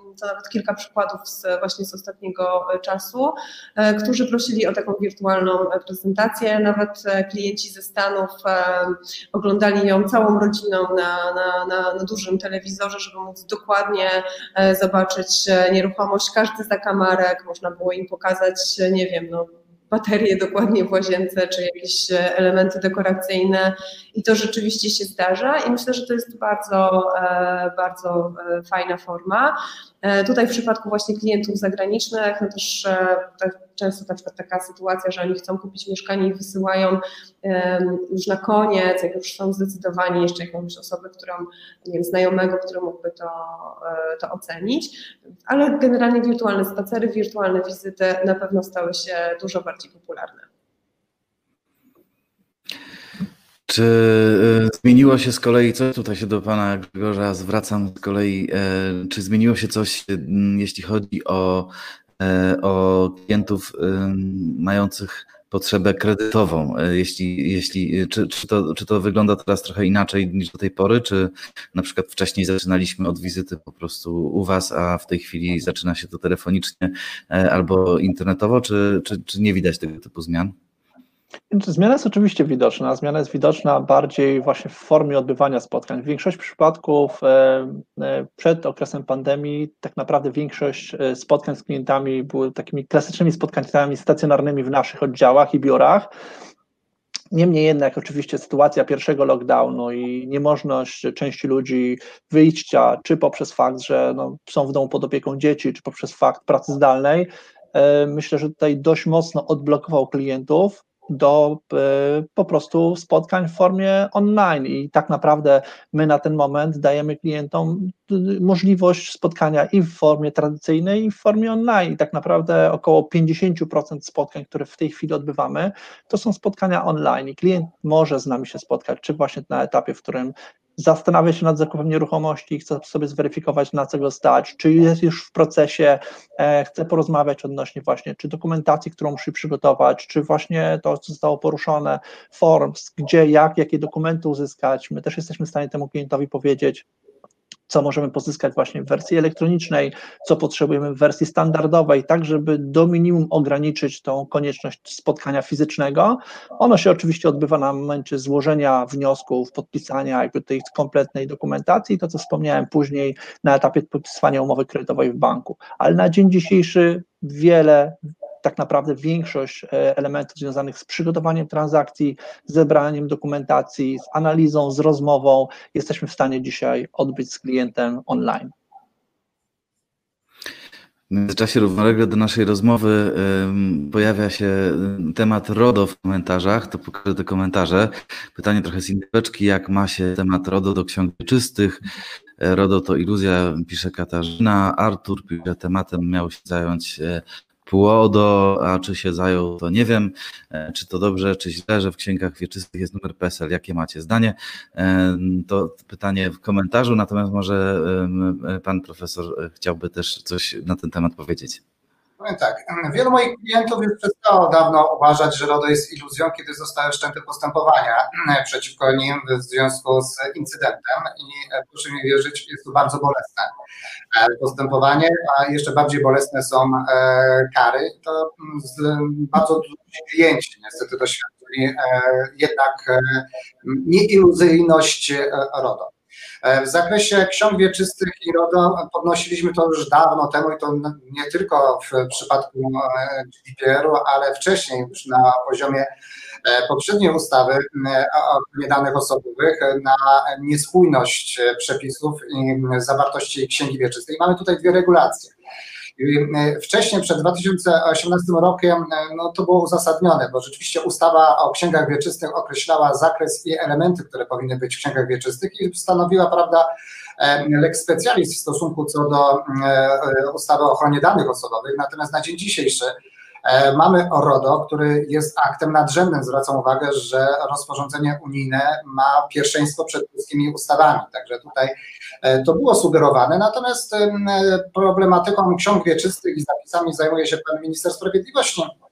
to nawet kilka przykładów z, właśnie z ostatniego czasu, którzy prosili o taką wirtualną prezentację. Nawet klienci ze Stanów oglądali ją całą rodziną na, na, na, na dużym telewizorze, żeby móc dokładnie zobaczyć nieruchomość. Każdy zakamarek, można było im pokazać, nie wiem, no, baterie dokładnie w łazience, czy jakieś elementy dekoracyjne i to rzeczywiście się zdarza i myślę, że to jest bardzo, bardzo fajna forma. Tutaj w przypadku właśnie klientów zagranicznych, no też tak często na przykład taka sytuacja, że oni chcą kupić mieszkanie i wysyłają już na koniec, jak już są zdecydowani, jeszcze jakąś osobę, którą, nie wiem, znajomego, który mógłby to, to ocenić, ale generalnie wirtualne spacery, wirtualne wizyty na pewno stały się dużo bardziej popularne. Czy zmieniło się z kolei coś, tutaj się do pana Grzegorza zwracam z kolei, czy zmieniło się coś, jeśli chodzi o, o klientów mających potrzebę kredytową, jeśli, jeśli, czy, czy, to, czy to wygląda teraz trochę inaczej niż do tej pory, czy na przykład wcześniej zaczynaliśmy od wizyty po prostu u was, a w tej chwili zaczyna się to telefonicznie albo internetowo, czy, czy, czy nie widać tego typu zmian? Zmiana jest oczywiście widoczna. Zmiana jest widoczna bardziej właśnie w formie odbywania spotkań. W większości przypadków przed okresem pandemii tak naprawdę większość spotkań z klientami były takimi klasycznymi spotkaniami stacjonarnymi w naszych oddziałach i biurach. Niemniej jednak oczywiście sytuacja pierwszego lockdownu i niemożność części ludzi wyjścia, czy poprzez fakt, że no, są w domu pod opieką dzieci, czy poprzez fakt pracy zdalnej, myślę, że tutaj dość mocno odblokował klientów do y, po prostu spotkań w formie online i tak naprawdę my na ten moment dajemy klientom y, możliwość spotkania i w formie tradycyjnej, i w formie online i tak naprawdę około pięćdziesiąt procent spotkań, które w tej chwili odbywamy, to są spotkania online i klient może z nami się spotkać, czy właśnie na etapie, w którym zastanawia się nad zakupem nieruchomości, chce sobie zweryfikować, na co go stać, czy jest już w procesie, e, chce porozmawiać odnośnie właśnie, czy dokumentacji, którą musi przygotować, czy właśnie to, co zostało poruszone, forms, gdzie, jak, jakie dokumenty uzyskać. My też jesteśmy w stanie temu klientowi powiedzieć, co możemy pozyskać właśnie w wersji elektronicznej, co potrzebujemy w wersji standardowej, tak żeby do minimum ograniczyć tą konieczność spotkania fizycznego. Ono się oczywiście odbywa na momencie złożenia wniosków, podpisania jakby tej kompletnej dokumentacji, to co wspomniałem później na etapie podpisywania umowy kredytowej w banku, ale na dzień dzisiejszy wiele, tak naprawdę większość elementów związanych z przygotowaniem transakcji, z zebraniem dokumentacji, z analizą, z rozmową jesteśmy w stanie dzisiaj odbyć z klientem online. W międzyczasie równolegle do naszej rozmowy y, pojawia się temat RODO w komentarzach, to pokażę te komentarze. Pytanie trochę z innej beczki, jak ma się temat RODO do ksiąg wieczystych? RODO to iluzja, pisze Katarzyna. Artur pisze, tematem miał się zająć Płodo, a czy się zajął, to nie wiem, czy to dobrze, czy źle, że w księgach wieczystych jest numer P E S E L. Jakie macie zdanie? To pytanie w komentarzu, natomiast może pan profesor chciałby też coś na ten temat powiedzieć. Powiem tak, wielu moich klientów już przestało dawno uważać, że RODO jest iluzją, kiedy zostały wszczęte postępowania przeciwko nim w związku z incydentem i proszę mi wierzyć, jest to bardzo bolesne postępowanie, a jeszcze bardziej bolesne są kary. To bardzo dużo klienci niestety doświadczyli jednak nieiluzyjność RODO. W zakresie ksiąg wieczystych i RODO podnosiliśmy to już dawno temu i to nie tylko w przypadku G D P R u, ale wcześniej już na poziomie poprzedniej ustawy o ochronie danych osobowych na niespójność przepisów i zawartości księgi wieczystej. Mamy tutaj dwie regulacje. Wcześniej, przed dwa tysiące osiemnastym rokiem, no to było uzasadnione, bo rzeczywiście ustawa o księgach wieczystych określała zakres i elementy, które powinny być w księgach wieczystych i stanowiła, prawda, lex specialis w stosunku co do ustawy o ochronie danych osobowych. Natomiast na dzień dzisiejszy mamy RODO, który jest aktem nadrzędnym. Zwracam uwagę, że rozporządzenie unijne ma pierwszeństwo przed polskimi ustawami, także tutaj to było sugerowane. Natomiast problematyką ksiąg wieczystych i zapisami zajmuje się pan minister sprawiedliwości.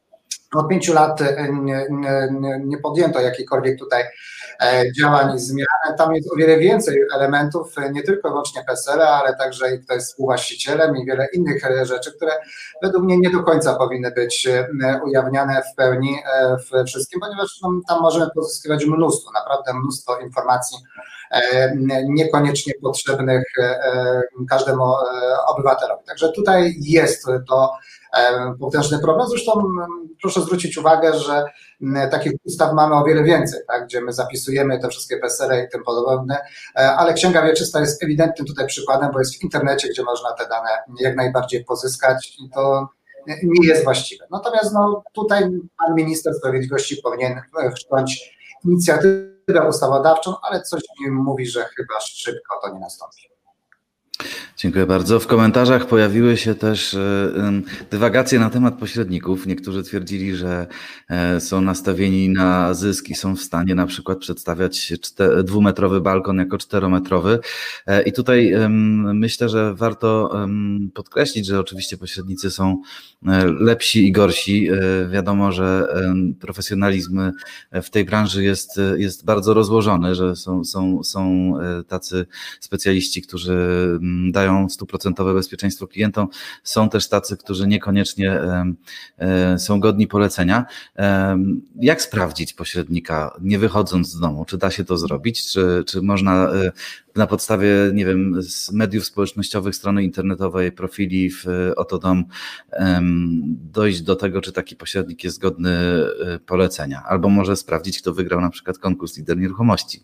Od pięciu lat nie, nie, nie podjęto jakichkolwiek tutaj działań i zmian. Tam jest o wiele więcej elementów, nie tylko wyłącznie P E S E L, ale także i kto jest współwłaścicielem i wiele innych rzeczy, które według mnie nie do końca powinny być ujawniane w pełni w wszystkim, ponieważ no, tam możemy pozyskiwać mnóstwo, naprawdę mnóstwo informacji niekoniecznie potrzebnych każdemu obywatelowi. Także tutaj jest to potężny problem. Zresztą proszę zwrócić uwagę, że takich ustaw mamy o wiele więcej, tak, gdzie my zapisujemy te wszystkie P E S E L i tym podobne, ale Księga Wieczysta jest ewidentnym tutaj przykładem, bo jest w internecie, gdzie można te dane jak najbardziej pozyskać i to nie jest właściwe. Natomiast no, tutaj pan minister sprawiedliwości powinien wszcząć inicjatywę ustawodawczą, ale coś mi mówi, że chyba szybko to nie nastąpi. Dziękuję bardzo. W komentarzach pojawiły się też dywagacje na temat pośredników. Niektórzy twierdzili, że są nastawieni na zysk i są w stanie na przykład przedstawiać dwumetrowy balkon jako czterometrowy. I tutaj myślę, że warto podkreślić, że oczywiście pośrednicy są lepsi i gorsi. Wiadomo, że profesjonalizm w tej branży jest, jest bardzo rozłożony, że są, są, są tacy specjaliści, którzy dają stuprocentowe bezpieczeństwo klientom. Są też tacy, którzy niekoniecznie są godni polecenia. Jak sprawdzić pośrednika, nie wychodząc z domu? Czy da się to zrobić? Czy, czy można na podstawie, nie wiem, z mediów społecznościowych, strony internetowej, profili w Otodom dojść do tego, czy taki pośrednik jest godny polecenia? Albo może sprawdzić, kto wygrał na przykład konkurs Lider Nieruchomości.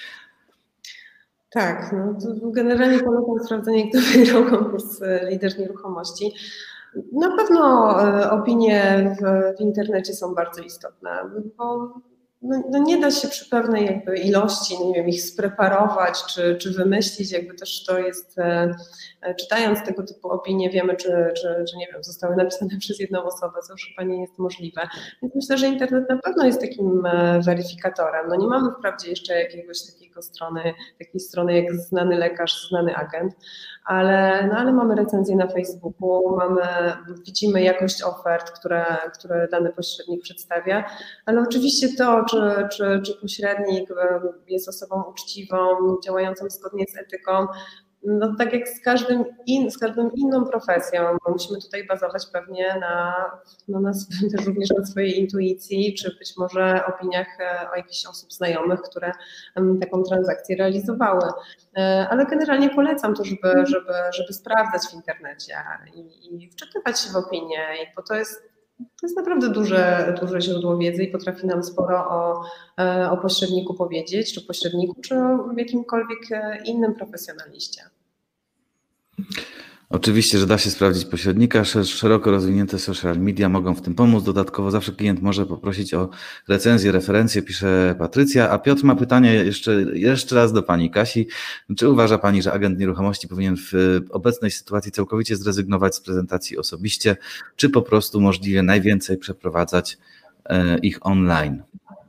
Tak, no to generalnie polecam sprawdzenie, kto wygrał konkurs Lider Nieruchomości. Na pewno opinie w, w internecie są bardzo istotne, bo no, no nie da się przy pewnej jakby ilości, nie wiem, ich spreparować czy, czy wymyślić, jakby też to jest, e, czytając tego typu opinie wiemy, czy, czy, czy nie wiem, zostały napisane przez jedną osobę, co już chyba nie jest możliwe. Więc myślę, że internet na pewno jest takim e, weryfikatorem. No nie mamy wprawdzie jeszcze jakiegoś takiego strony, takiej strony jak znany lekarz, znany agent, ale, no, ale mamy recenzje na Facebooku, mamy, widzimy jakość ofert, które, które dany pośrednik przedstawia, ale oczywiście to, czy, czy, czy pośrednik jest osobą uczciwą, działającą zgodnie z etyką, no tak jak z, każdym in, z każdą inną profesją, musimy tutaj bazować pewnie na, no na, też również na swojej intuicji, czy być może opiniach o jakichś osób znajomych, które taką transakcję realizowały. Ale generalnie polecam to, żeby, żeby, żeby sprawdzać w internecie i, i wczytywać się w opinie, bo to jest To jest naprawdę duże, duże źródło wiedzy i potrafi nam sporo o, o pośredniku powiedzieć, czy pośredniku, czy o jakimkolwiek innym profesjonaliście. Oczywiście, że da się sprawdzić pośrednika. Szeroko rozwinięte social media mogą w tym pomóc. Dodatkowo zawsze klient może poprosić o recenzję, referencję, pisze Patrycja. A Piotr ma pytanie jeszcze, jeszcze raz do pani Kasi. Czy uważa pani, że agent nieruchomości powinien w obecnej sytuacji całkowicie zrezygnować z prezentacji osobiście, czy po prostu możliwie najwięcej przeprowadzać ich online?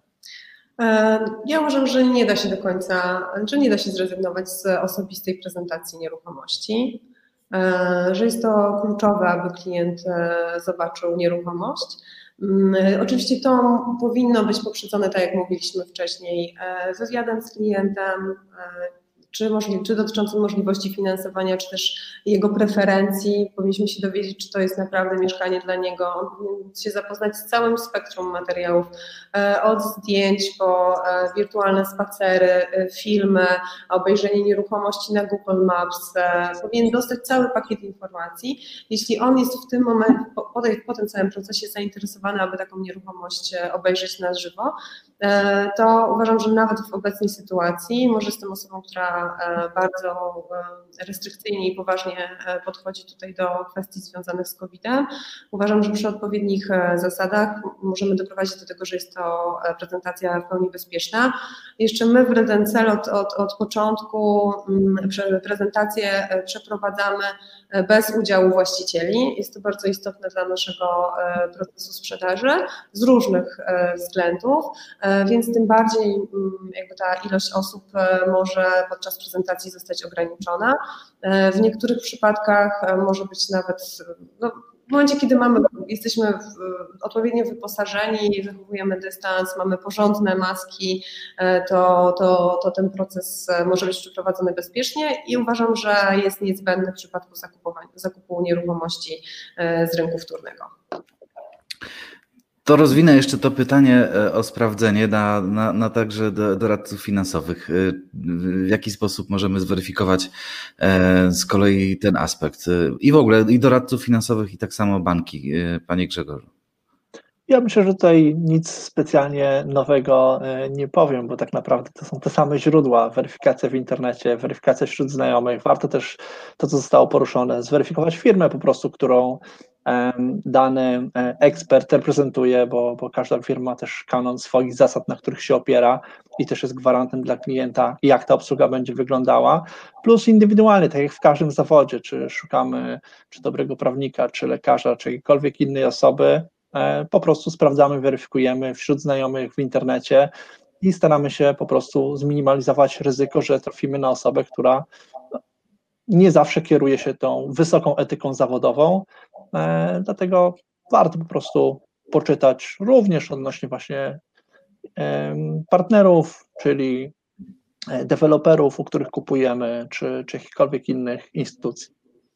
Ja uważam, że nie da się do końca, że nie da się zrezygnować z osobistej prezentacji nieruchomości, że jest to kluczowe, aby klient zobaczył nieruchomość. Oczywiście to powinno być poprzedzone, tak jak mówiliśmy wcześniej, wywiadem z klientem, czy, możli- czy dotyczącym możliwości finansowania, czy też jego preferencji. Powinniśmy się dowiedzieć, czy to jest naprawdę mieszkanie dla niego. On powinien się zapoznać z całym spektrum materiałów, od zdjęć po wirtualne spacery, filmy, obejrzenie nieruchomości na Google Maps. Powinien dostać cały pakiet informacji. Jeśli on jest w tym momencie, po, po, tej, po tym całym procesie zainteresowany, aby taką nieruchomość obejrzeć na żywo, to uważam, że nawet w obecnej sytuacji może z tą osobą, która bardzo restrykcyjnie i poważnie podchodzi tutaj do kwestii związanych z kowidem. Uważam, że przy odpowiednich zasadach możemy doprowadzić do tego, że jest to prezentacja w pełni bezpieczna. Jeszcze my w Redencel od, od, od początku prezentację przeprowadzamy bez udziału właścicieli. Jest to bardzo istotne dla naszego procesu sprzedaży z różnych względów, więc tym bardziej jakby ta ilość osób może podczas prezentacji zostać ograniczona. W niektórych przypadkach może być nawet, no, w momencie, kiedy mamy jesteśmy w, odpowiednio wyposażeni, zachowujemy dystans, mamy porządne maski, to, to, to ten proces może być przeprowadzony bezpiecznie i uważam, że jest niezbędny w przypadku zakupowania, zakupu nieruchomości z rynku wtórnego. To rozwinę jeszcze to pytanie o sprawdzenie na, na, na także do, doradców finansowych. W jaki sposób możemy zweryfikować z kolei ten aspekt? I w ogóle i doradców finansowych, i tak samo banki, panie Grzegorzu. Ja myślę, że tutaj nic specjalnie nowego nie powiem, bo tak naprawdę to są te same źródła, weryfikacja w internecie, weryfikacja wśród znajomych. Warto też to, co zostało poruszone, zweryfikować firmę po prostu, którą dany ekspert reprezentuje, bo, bo każda firma ma też kanon swoich zasad, na których się opiera i też jest gwarantem dla klienta, jak ta obsługa będzie wyglądała, plus indywidualnie, tak jak w każdym zawodzie, czy szukamy czy dobrego prawnika, czy lekarza, czy jakiejkolwiek innej osoby, po prostu sprawdzamy, weryfikujemy wśród znajomych w internecie i staramy się po prostu zminimalizować ryzyko, że trafimy na osobę, która nie zawsze kieruje się tą wysoką etyką zawodową, dlatego warto po prostu poczytać również odnośnie właśnie partnerów, czyli deweloperów, u których kupujemy, czy, czy jakichkolwiek innych instytucji.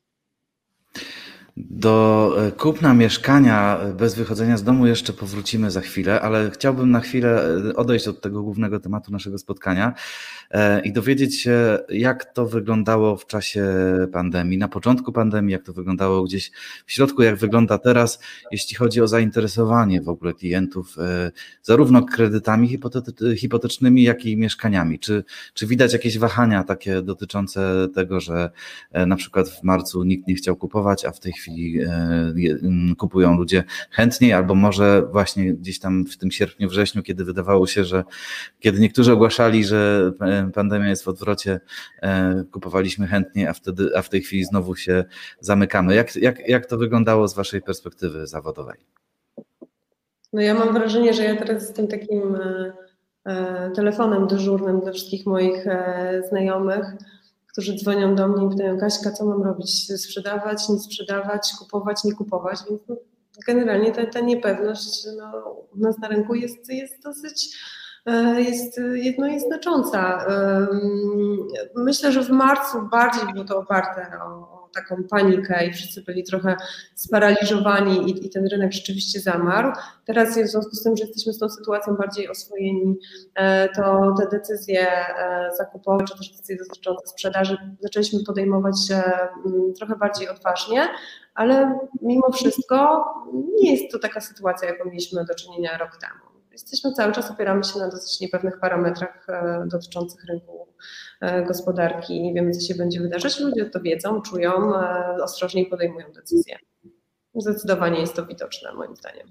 Do kupna mieszkania bez wychodzenia z domu jeszcze powrócimy za chwilę, ale chciałbym na chwilę odejść od tego głównego tematu naszego spotkania i dowiedzieć się, jak to wyglądało w czasie pandemii, na początku pandemii, jak to wyglądało gdzieś w środku, jak wygląda teraz, jeśli chodzi o zainteresowanie w ogóle klientów zarówno kredytami hipotecznymi, jak i mieszkaniami. Czy, czy widać jakieś wahania takie dotyczące tego, że na przykład w marcu nikt nie chciał kupować, a w tej chwili chwili kupują ludzie chętniej, albo może właśnie gdzieś tam w tym sierpniu, wrześniu, kiedy wydawało się, że kiedy niektórzy ogłaszali, że pandemia jest w odwrocie, kupowaliśmy chętniej, a wtedy, a w tej chwili znowu się zamykamy. Jak, jak, jak to wyglądało z waszej perspektywy zawodowej? No ja mam wrażenie, że ja teraz jestem takim telefonem dyżurnym dla wszystkich moich znajomych, którzy dzwonią do mnie i pytają: Kaśka, co mam robić? Sprzedawać, nie sprzedawać, kupować, nie kupować? Więc no, generalnie ta, ta niepewność no, u nas na rynku jest, jest dosyć jest, jest, no, jest znacząca. Myślę, że w marcu bardziej było to oparte o taką panikę i wszyscy byli trochę sparaliżowani i, i ten rynek rzeczywiście zamarł. Teraz w związku z tym, że jesteśmy z tą sytuacją bardziej oswojeni, to te decyzje zakupowe, czy też decyzje dotyczące sprzedaży zaczęliśmy podejmować trochę bardziej odważnie, ale mimo wszystko nie jest to taka sytuacja, jaką mieliśmy do czynienia rok temu. Jesteśmy cały czas, opieramy się na dosyć niepewnych parametrach dotyczących rynku gospodarki, nie wiemy, co się będzie wydarzać. Ludzie to wiedzą, czują, ostrożniej podejmują decyzje. Zdecydowanie jest to widoczne, moim zdaniem.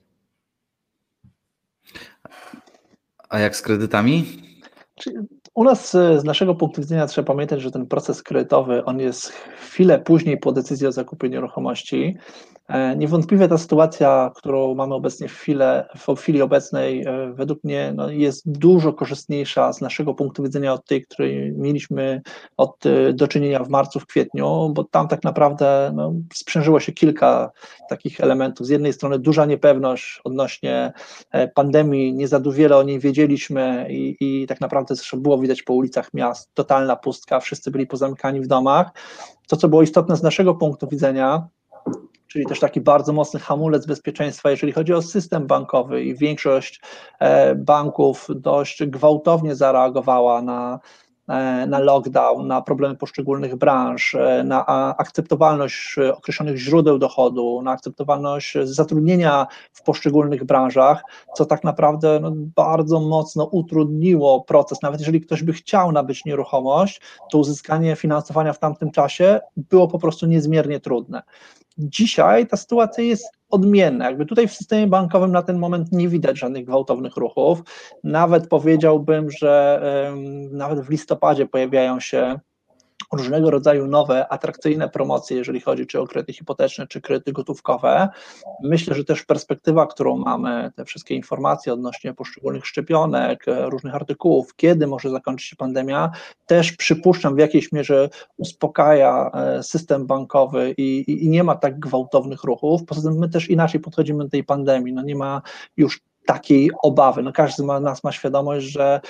A jak z kredytami? U nas z naszego punktu widzenia trzeba pamiętać, że ten proces kredytowy, on jest chwilę później po decyzji o zakupie nieruchomości. Niewątpliwie ta sytuacja, którą mamy obecnie w, chwilę, w chwili obecnej, według mnie no, jest dużo korzystniejsza z naszego punktu widzenia od tej, której mieliśmy od, do czynienia w marcu, w kwietniu, bo tam tak naprawdę no, sprzężyło się kilka takich elementów. Z jednej strony duża niepewność odnośnie pandemii, nie za wiele o niej wiedzieliśmy i, i tak naprawdę zresztą było widać po ulicach miast, totalna pustka, wszyscy byli pozamykani w domach. To, co było istotne z naszego punktu widzenia, czyli też taki bardzo mocny hamulec bezpieczeństwa, jeżeli chodzi o system bankowy, i większość banków dość gwałtownie zareagowała na, na lockdown, na problemy poszczególnych branż, na akceptowalność określonych źródeł dochodu, na akceptowalność zatrudnienia w poszczególnych branżach, co tak naprawdę no, bardzo mocno utrudniło proces. Nawet jeżeli ktoś by chciał nabyć nieruchomość, to uzyskanie finansowania w tamtym czasie było po prostu niezmiernie trudne. Dzisiaj ta sytuacja jest odmienna. Jakby tutaj w systemie bankowym na ten moment nie widać żadnych gwałtownych ruchów. Nawet powiedziałbym, że um, nawet w listopadzie pojawiają się różnego rodzaju nowe, atrakcyjne promocje, jeżeli chodzi czy o kredyty hipoteczne, czy kredyty gotówkowe. Myślę, że też perspektywa, którą mamy, te wszystkie informacje odnośnie poszczególnych szczepionek, różnych artykułów, kiedy może zakończyć się pandemia, też przypuszczam w jakiejś mierze uspokaja system bankowy i, i, i nie ma tak gwałtownych ruchów. Poza tym my też inaczej podchodzimy do tej pandemii, no nie ma już takiej obawy. No każdy z nas ma świadomość, że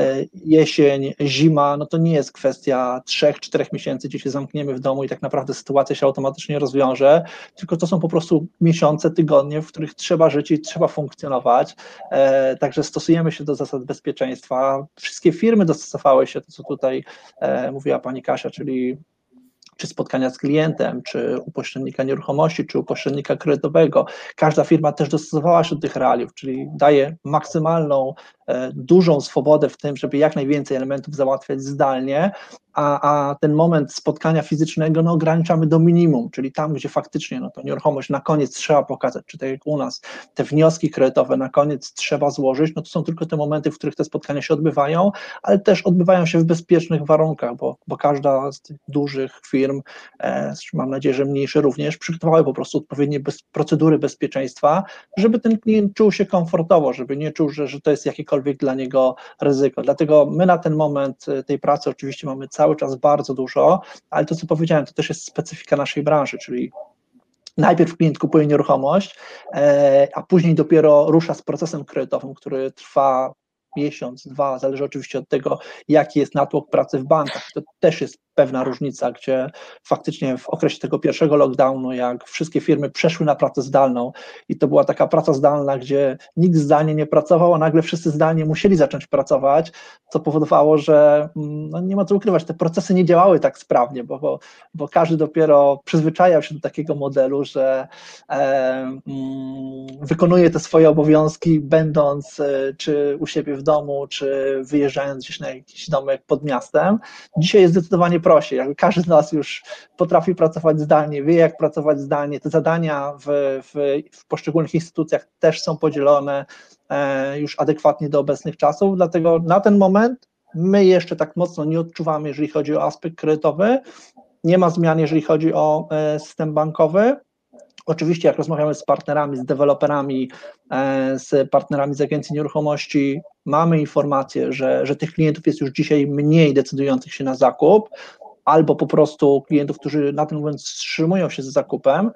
jesień, zima, no to nie jest kwestia trzech, czterech miesięcy, gdzie się zamkniemy w domu i tak naprawdę sytuacja się automatycznie rozwiąże, tylko to są po prostu miesiące, tygodnie, w których trzeba żyć i trzeba funkcjonować. Także stosujemy się do zasad bezpieczeństwa. Wszystkie firmy dostosowały się, to co tutaj mówiła pani Kasia, czyli czy spotkania z klientem, czy u pośrednika nieruchomości, czy u pośrednika kredytowego. Każda firma też dostosowała się do tych realiów, czyli daje maksymalną, dużą swobodę w tym, żeby jak najwięcej elementów załatwiać zdalnie, a, a ten moment spotkania fizycznego no, ograniczamy do minimum, czyli tam, gdzie faktycznie no, to nieruchomość na koniec trzeba pokazać, czy tak jak u nas, te wnioski kredytowe na koniec trzeba złożyć, no to są tylko te momenty, w których te spotkania się odbywają, ale też odbywają się w bezpiecznych warunkach, bo, bo każda z tych dużych firm, e, mam nadzieję, że mniejsze również, przygotowały po prostu odpowiednie bez, procedury bezpieczeństwa, żeby ten klient czuł się komfortowo, żeby nie czuł, że, że to jest jakiekolwiek dla niego ryzyko. Dlatego my na ten moment tej pracy oczywiście mamy cały czas bardzo dużo, ale to, co powiedziałem, to też jest specyfika naszej branży, czyli najpierw klient kupuje nieruchomość, a później dopiero rusza z procesem kredytowym, który trwa miesiąc, dwa, zależy oczywiście od tego, jaki jest natłok pracy w bankach. To też jest pewna różnica, gdzie faktycznie w okresie tego pierwszego lockdownu, jak wszystkie firmy przeszły na pracę zdalną i to była taka praca zdalna, gdzie nikt zdalnie nie pracował, a nagle wszyscy zdalnie musieli zacząć pracować, co powodowało, że no nie ma co ukrywać, te procesy nie działały tak sprawnie, bo, bo, bo każdy dopiero przyzwyczajał się do takiego modelu, że e, mm, wykonuje te swoje obowiązki, będąc e, czy u siebie w domu, czy wyjeżdżając gdzieś na jakiś domek pod miastem. Dzisiaj jest zdecydowanie prościej, jakby każdy z nas już potrafi pracować zdalnie, wie jak pracować zdalnie, te zadania w, w, w poszczególnych instytucjach też są podzielone e, już adekwatnie do obecnych czasów, dlatego na ten moment my jeszcze tak mocno nie odczuwamy, jeżeli chodzi o aspekt kredytowy, nie ma zmian, jeżeli chodzi o e, system bankowy. Oczywiście jak rozmawiamy z partnerami, z deweloperami, z partnerami z agencji nieruchomości, mamy informację, że, że tych klientów jest już dzisiaj mniej decydujących się na zakup, albo po prostu klientów, którzy na ten moment wstrzymują się z zakupem.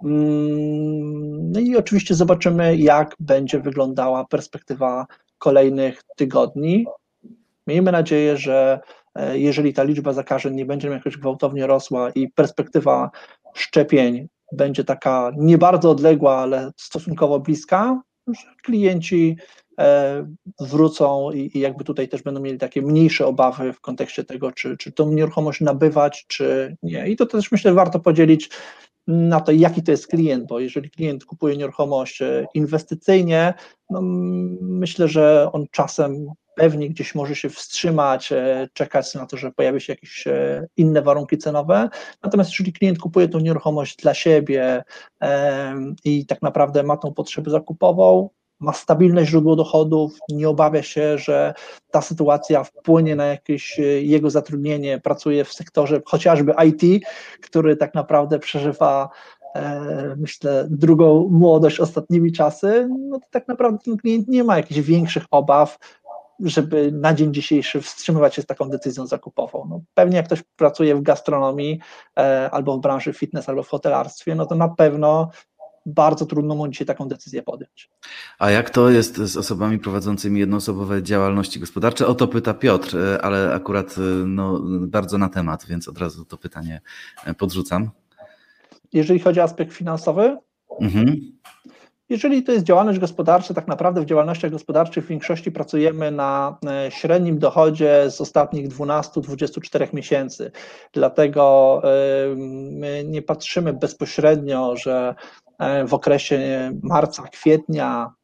No i oczywiście zobaczymy, jak będzie wyglądała perspektywa kolejnych tygodni. Miejmy nadzieję, że jeżeli ta liczba zakażeń nie będzie jakoś gwałtownie rosła i perspektywa szczepień będzie taka nie bardzo odległa, ale stosunkowo bliska, że klienci e, wrócą i, i jakby tutaj też będą mieli takie mniejsze obawy w kontekście tego, czy, czy tą nieruchomość nabywać, czy nie. I to też myślę warto podzielić na to, jaki to jest klient, bo jeżeli klient kupuje nieruchomość inwestycyjnie, no myślę, że on czasem pewnie gdzieś może się wstrzymać, czekać na to, że pojawią się jakieś inne warunki cenowe, natomiast jeżeli klient kupuje tą nieruchomość dla siebie i tak naprawdę ma tą potrzebę zakupową, ma stabilne źródło dochodów, nie obawia się, że ta sytuacja wpłynie na jakieś jego zatrudnienie, pracuje w sektorze chociażby I T, który tak naprawdę przeżywa, myślę, drugą młodość ostatnimi czasy, no to tak naprawdę ten klient nie ma jakichś większych obaw, żeby na dzień dzisiejszy wstrzymywać się z taką decyzją zakupową. No, pewnie jak ktoś pracuje w gastronomii e, albo w branży fitness, albo w hotelarstwie, no to na pewno bardzo trudno mu dzisiaj taką decyzję podjąć. A jak to jest z osobami prowadzącymi jednoosobowe działalności gospodarcze? O to pyta Piotr, ale akurat no, bardzo na temat, więc od razu to pytanie podrzucam. Jeżeli chodzi o aspekt finansowy, mhm. Jeżeli to jest działalność gospodarcza, tak naprawdę w działalnościach gospodarczych w większości pracujemy na średnim dochodzie z ostatnich dwunastu do dwudziestu czterech miesięcy. Dlatego my nie patrzymy bezpośrednio, że w okresie marca, kwietnia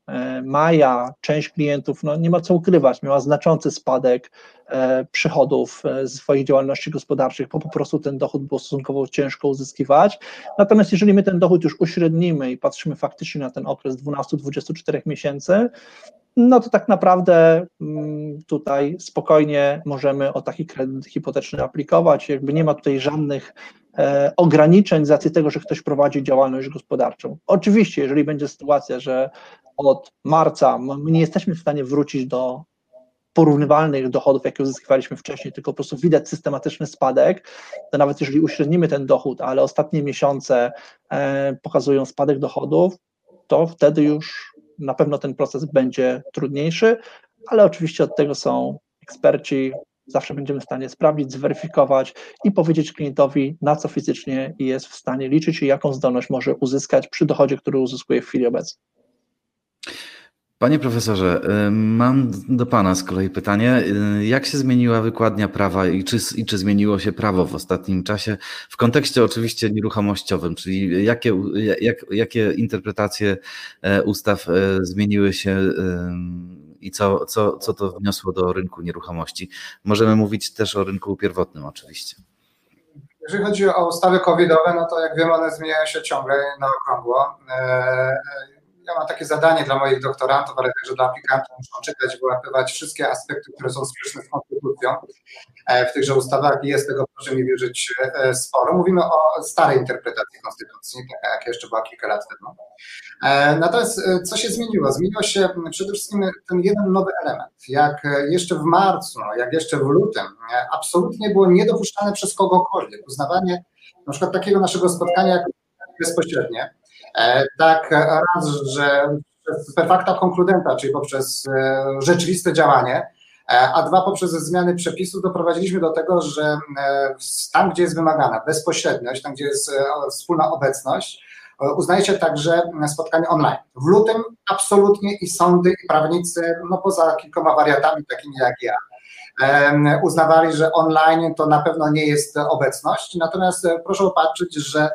maja część klientów, no nie ma co ukrywać, miała znaczący spadek przychodów z swoich działalności gospodarczych, bo po prostu ten dochód było stosunkowo ciężko uzyskiwać. Natomiast jeżeli my ten dochód już uśrednimy i patrzymy faktycznie na ten okres dwunastu do dwudziestu czterech miesięcy, no to tak naprawdę tutaj spokojnie możemy o taki kredyt hipoteczny aplikować, jakby nie ma tutaj żadnych e, ograniczeń z racji tego, że ktoś prowadzi działalność gospodarczą. Oczywiście, jeżeli będzie sytuacja, że od marca my nie jesteśmy w stanie wrócić do porównywalnych dochodów, jakie uzyskiwaliśmy wcześniej, tylko po prostu widać systematyczny spadek, to nawet jeżeli uśrednimy ten dochód, ale ostatnie miesiące e, pokazują spadek dochodów, to wtedy już na pewno ten proces będzie trudniejszy, ale oczywiście od tego są eksperci, zawsze będziemy w stanie sprawdzić, zweryfikować i powiedzieć klientowi, na co fizycznie jest w stanie liczyć i jaką zdolność może uzyskać przy dochodzie, który uzyskuje w chwili obecnej. Panie profesorze, mam do Pana z kolei pytanie. Jak się zmieniła wykładnia prawa i czy, i czy zmieniło się prawo w ostatnim czasie w kontekście oczywiście nieruchomościowym, czyli jakie, jak, jakie interpretacje ustaw zmieniły się i co, co, co to wniosło do rynku nieruchomości? Możemy mówić też o rynku pierwotnym oczywiście. Jeżeli chodzi o ustawy covidowe, no to jak wiemy, one zmieniają się ciągle na okrągło. Ja mam takie zadanie dla moich doktorantów, ale także dla aplikantów, muszą czytać, wyłapywać wszystkie aspekty, które są sprzeczne z konstytucją w tychże ustawach i jest tego, proszę mi wierzyć, sporo. Mówimy o starej interpretacji konstytucji, taka jak jeszcze była kilka lat temu. Natomiast co się zmieniło? Zmieniło się przede wszystkim ten jeden nowy element. Jak jeszcze w marcu, jak jeszcze w lutym absolutnie było niedopuszczane przez kogokolwiek uznawanie na przykład takiego naszego spotkania jak bezpośrednie, tak raz, że przez per facta concludenta, czyli poprzez rzeczywiste działanie, a dwa poprzez zmiany przepisów doprowadziliśmy do tego, że tam, gdzie jest wymagana bezpośredniość, tam, gdzie jest wspólna obecność, uznaje się także spotkanie online. W lutym absolutnie i sądy, i prawnicy, no poza kilkoma wariatami takimi jak ja, uznawali, że online to na pewno nie jest obecność, natomiast proszę popatrzeć, że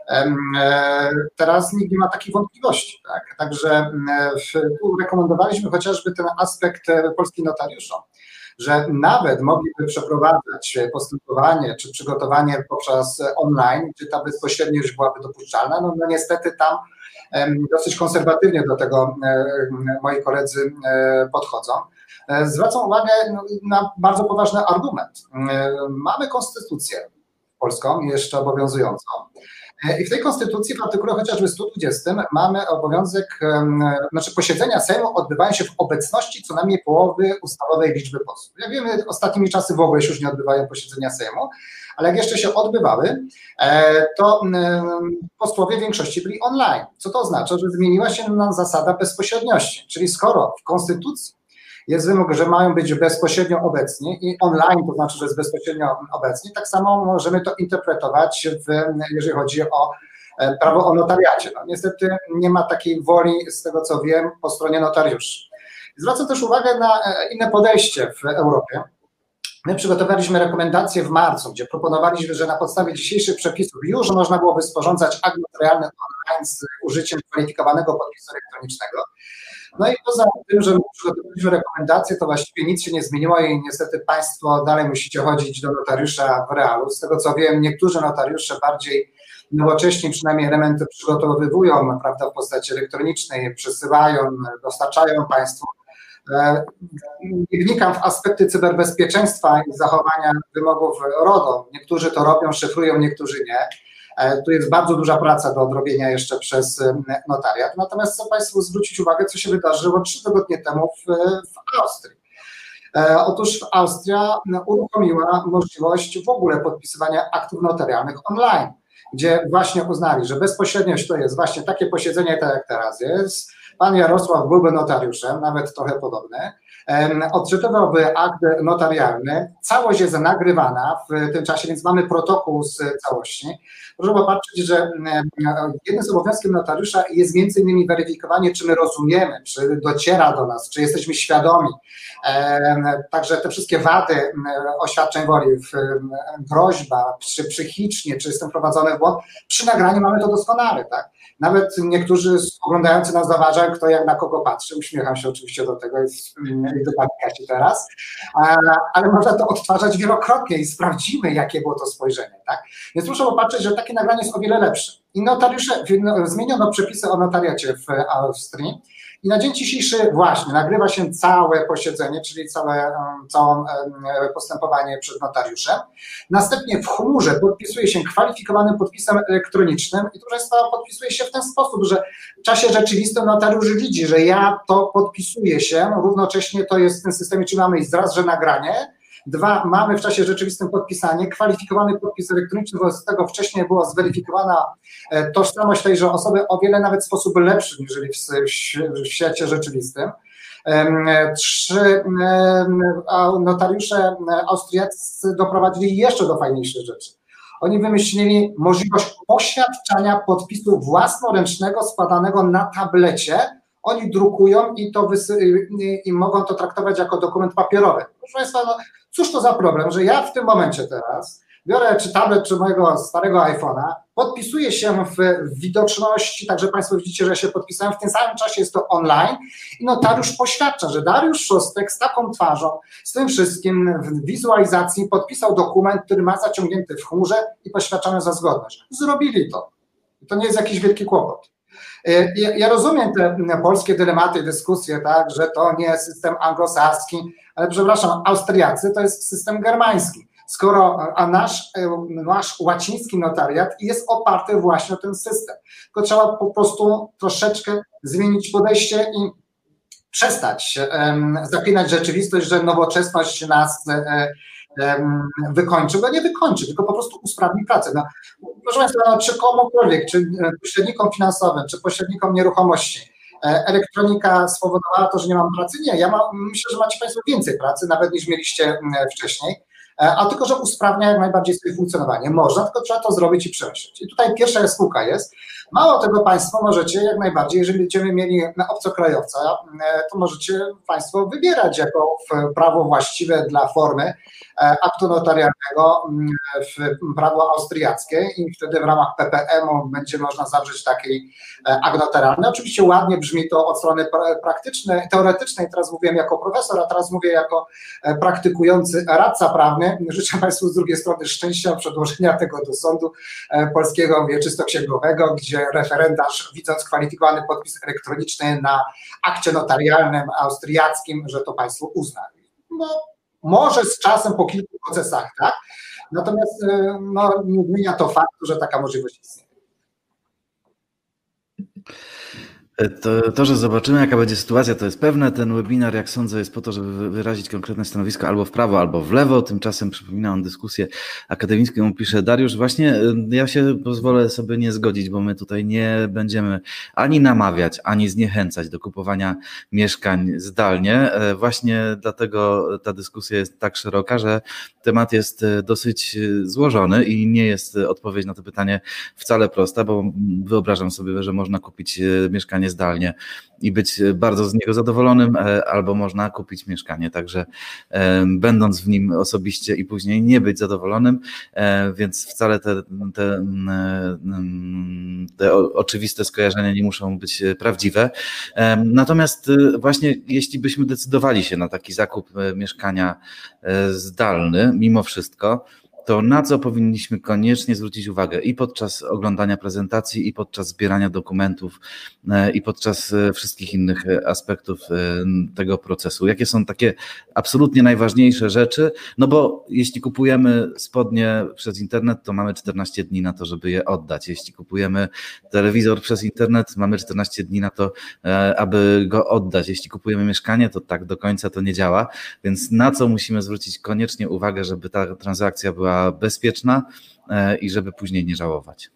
teraz nikt nie ma takich wątpliwości. Tak? Także tu rekomendowaliśmy chociażby ten aspekt polskich notariuszom, że nawet mogliby przeprowadzać postępowanie czy przygotowanie poprzez online, czy ta bezpośredniość byłaby dopuszczalna. No, no niestety tam dosyć konserwatywnie do tego moi koledzy podchodzą. Zwracam uwagę na bardzo ważny argument. Mamy konstytucję polską, jeszcze obowiązującą. I w tej konstytucji w artykule chociażby sto dwudziestym mamy obowiązek, znaczy posiedzenia Sejmu odbywają się w obecności co najmniej połowy ustawowej liczby posłów. Jak wiemy, ostatnimi czasy w ogóle się już nie odbywają posiedzenia Sejmu, ale jak jeszcze się odbywały, to posłowie w większości byli online. Co to oznacza? Że zmieniła się nam zasada bezpośredniości, czyli skoro w konstytucji jest wymóg, że mają być bezpośrednio obecni i online, to znaczy, że jest bezpośrednio obecni, tak samo możemy to interpretować, w, jeżeli chodzi o prawo o notariacie. No, niestety nie ma takiej woli, z tego co wiem, po stronie notariuszy. Zwracam też uwagę na inne podejście w Europie. My przygotowaliśmy rekomendacje w marcu, gdzie proponowaliśmy, że na podstawie dzisiejszych przepisów już można byłoby sporządzać akt notarialny online z użyciem kwalifikowanego podpisu elektronicznego. No i poza tym, że przygotowaliśmy rekomendacje, to właściwie nic się nie zmieniło i niestety Państwo dalej musicie chodzić do notariusza w realu. Z tego co wiem, niektórzy notariusze bardziej nowocześnie przynajmniej elementy przygotowywują, prawda, w postaci elektronicznej, przesyłają, dostarczają Państwu. Nie wnikam w aspekty cyberbezpieczeństwa i zachowania wymogów RODO. Niektórzy to robią, szyfrują, niektórzy nie. Tu jest bardzo duża praca do odrobienia jeszcze przez notariat. Natomiast chcę Państwu zwrócić uwagę, co się wydarzyło trzy tygodnie temu w, w Austrii. Otóż Austria uruchomiła możliwość w ogóle podpisywania aktów notarialnych online, gdzie właśnie uznali, że bezpośredniość to jest właśnie takie posiedzenie, tak jak teraz jest. Pan Jarosław byłby notariuszem, nawet trochę podobny, odczytywałby akt notarialny, całość jest nagrywana w tym czasie, więc mamy protokół z całości. Proszę popatrzeć, że jednym z obowiązków notariusza jest między innymi weryfikowanie, czy my rozumiemy, czy dociera do nas, czy jesteśmy świadomi. Także te wszystkie wady oświadczeń woli, groźba, czy psychicznie, czy jestem prowadzony w błąd, przy nagraniu mamy to doskonale, tak? Nawet niektórzy oglądający nas zauważają, kto jak na kogo patrzy. Uśmiecham się oczywiście do tego i do pani Kasi teraz, ale można to odtwarzać wielokrotnie i sprawdzimy, jakie było to spojrzenie. Tak? Więc proszę popatrzeć, że takie nagranie jest o wiele lepsze. I notariusze, zmieniono przepisy o notariacie w Austrii i na dzień dzisiejszy właśnie nagrywa się całe posiedzenie, czyli całe, całe postępowanie przed notariuszem. Następnie w chmurze podpisuje się kwalifikowanym podpisem elektronicznym i to Państwa podpisuje się w ten sposób, że w czasie rzeczywistym notariusz widzi, że ja to podpisuję się, równocześnie to jest w tym systemie, czy mamy raz, że nagranie, dwa, mamy w czasie rzeczywistym podpisanie, kwalifikowany podpis elektroniczny, wobec tego wcześniej była zweryfikowana tożsamość tejże osoby o wiele nawet w sposób lepszy niż w, w świecie rzeczywistym. Trzy, notariusze austriaccy doprowadzili jeszcze do fajniejszych rzeczy. Oni wymyślili możliwość poświadczania podpisu własnoręcznego składanego na tablecie. Oni drukują i to wysy- i mogą to traktować jako dokument papierowy. Proszę Państwa, no, cóż to za problem, że ja w tym momencie teraz biorę czy tablet, czy mojego starego iPhone'a, podpisuję się w widoczności, także Państwo widzicie, że się podpisałem, w tym samym czasie jest to online i notariusz poświadcza, że Dariusz Szostek z taką twarzą, z tym wszystkim w wizualizacji podpisał dokument, który ma zaciągnięty w chmurze i poświadczamy za zgodność. Zrobili to. To nie jest jakiś wielki kłopot. Ja, ja rozumiem te polskie dylematy i dyskusje, tak, że to nie jest system anglosaski, ale przepraszam, Austriacy to jest system germański. Skoro a nasz, nasz łaciński notariat jest oparty właśnie o ten system. Tylko trzeba po prostu troszeczkę zmienić podejście i przestać um, zapinać rzeczywistość, że nowoczesność nas um, wykończy, bo nie wykończy, tylko po prostu usprawni pracę. No, proszę Państwa, no, czy komukolwiek, czy pośrednikom finansowym, czy pośrednikom nieruchomości, elektronika spowodowała to, że nie mam pracy? Nie, ja mam, myślę, że macie Państwo więcej pracy, nawet niż mieliście wcześniej, a tylko, że usprawnia jak najbardziej swoje funkcjonowanie. Można, tylko trzeba to zrobić i przemyśleć. I tutaj pierwsza spółka jest. Mało tego Państwo możecie jak najbardziej, jeżeli będziemy mieli obcokrajowca, to możecie Państwo wybierać jako prawo właściwe dla formy aktu notarialnego w prawo austriackie i wtedy w ramach P P M-u będzie można zawrzeć taki akt notarialny. Oczywiście ładnie brzmi to od strony praktycznej, teoretycznej, teraz mówiłem jako profesor, a teraz mówię jako praktykujący radca prawny. Życzę Państwu z drugiej strony szczęścia przedłożenia tego do sądu polskiego wieczystoksięgowego, gdzie referendarz, widząc kwalifikowany podpis elektroniczny na akcie notarialnym austriackim, że to Państwo uzna. No, może z czasem po kilku procesach, tak? Natomiast no, nie zmienia to faktu, że taka możliwość istnieje. To, to, że zobaczymy, jaka będzie sytuacja, to jest pewne. Ten webinar, jak sądzę, jest po to, żeby wyrazić konkretne stanowisko albo w prawo, albo w lewo. Tymczasem przypominam dyskusję akademicką, pisze Dariusz. Właśnie ja się pozwolę sobie nie zgodzić, bo my tutaj nie będziemy ani namawiać, ani zniechęcać do kupowania mieszkań zdalnie. Właśnie dlatego ta dyskusja jest tak szeroka, że temat jest dosyć złożony i nie jest odpowiedź na to pytanie wcale prosta, bo wyobrażam sobie, że można kupić mieszkanie zdalnie i być bardzo z niego zadowolonym, albo można kupić mieszkanie, także będąc w nim osobiście i później nie być zadowolonym, więc wcale te, te, te oczywiste skojarzenia nie muszą być prawdziwe. Natomiast właśnie jeśli byśmy decydowali się na taki zakup mieszkania zdalny, mimo wszystko, to na co powinniśmy koniecznie zwrócić uwagę i podczas oglądania prezentacji, i podczas zbierania dokumentów, i podczas wszystkich innych aspektów tego procesu? Jakie są takie absolutnie najważniejsze rzeczy? No bo jeśli kupujemy spodnie przez internet, to mamy czternaście dni na to, żeby je oddać. Jeśli kupujemy telewizor przez internet, mamy czternaście dni na to, aby go oddać. Jeśli kupujemy mieszkanie, to tak do końca to nie działa, więc na co musimy zwrócić koniecznie uwagę, żeby ta transakcja była bezpieczna i żeby później nie żałować.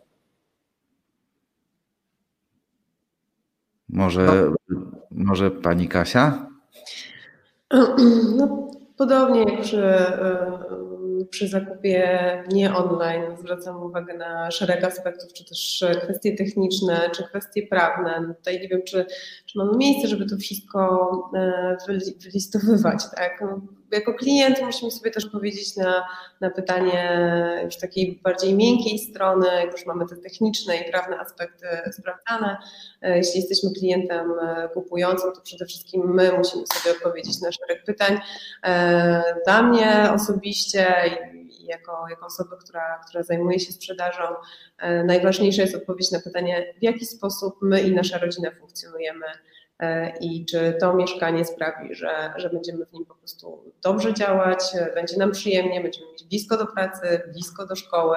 Może, może pani Kasia? No, podobnie jak przy przy zakupie nie online zwracam uwagę na szereg aspektów, czy też kwestie techniczne, czy kwestie prawne. No tutaj nie wiem, czy, czy mamy miejsce, żeby to wszystko wylistowywać. Tak? No, jako klient musimy sobie też powiedzieć na, na pytanie już takiej bardziej miękkiej strony, jak już mamy te techniczne i prawne aspekty sprawdzane. Jeśli jesteśmy klientem kupującym, to przede wszystkim my musimy sobie odpowiedzieć na szereg pytań. Dla mnie osobiście i jako, jako osoby, która, która zajmuje się sprzedażą, najważniejsza jest odpowiedź na pytanie, w jaki sposób my i nasza rodzina funkcjonujemy i czy to mieszkanie sprawi, że, że będziemy w nim po prostu dobrze działać, będzie nam przyjemnie, będziemy mieć blisko do pracy, blisko do szkoły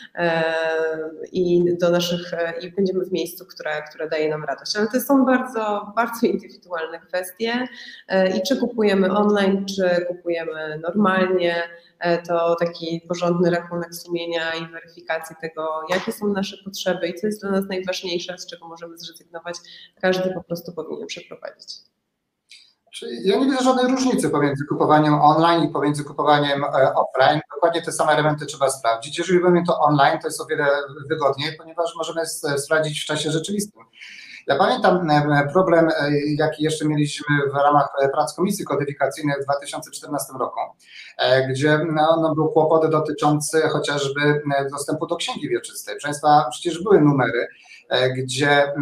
i do naszych i będziemy w miejscu, które, które daje nam radość. Ale to są bardzo, bardzo indywidualne kwestie i czy kupujemy online, czy kupujemy normalnie, to taki porządny rachunek sumienia i weryfikacji tego, jakie są nasze potrzeby i co jest dla nas najważniejsze, z czego możemy zrezygnować, każdy po prostu powinien przeprowadzić. Ja nie widzę żadnej różnicy pomiędzy kupowaniem online i pomiędzy kupowaniem offline. Dokładnie te same elementy trzeba sprawdzić. Jeżeli robimy to online, to jest o wiele wygodniej, ponieważ możemy sprawdzić w czasie rzeczywistym. Ja pamiętam problem, jaki jeszcze mieliśmy w ramach prac Komisji Kodyfikacyjnej w dwa tysiące czternastym roku, gdzie no, no, był kłopot dotyczący chociażby dostępu do księgi wieczystej. Proszę Państwa, przecież były numery, gdzie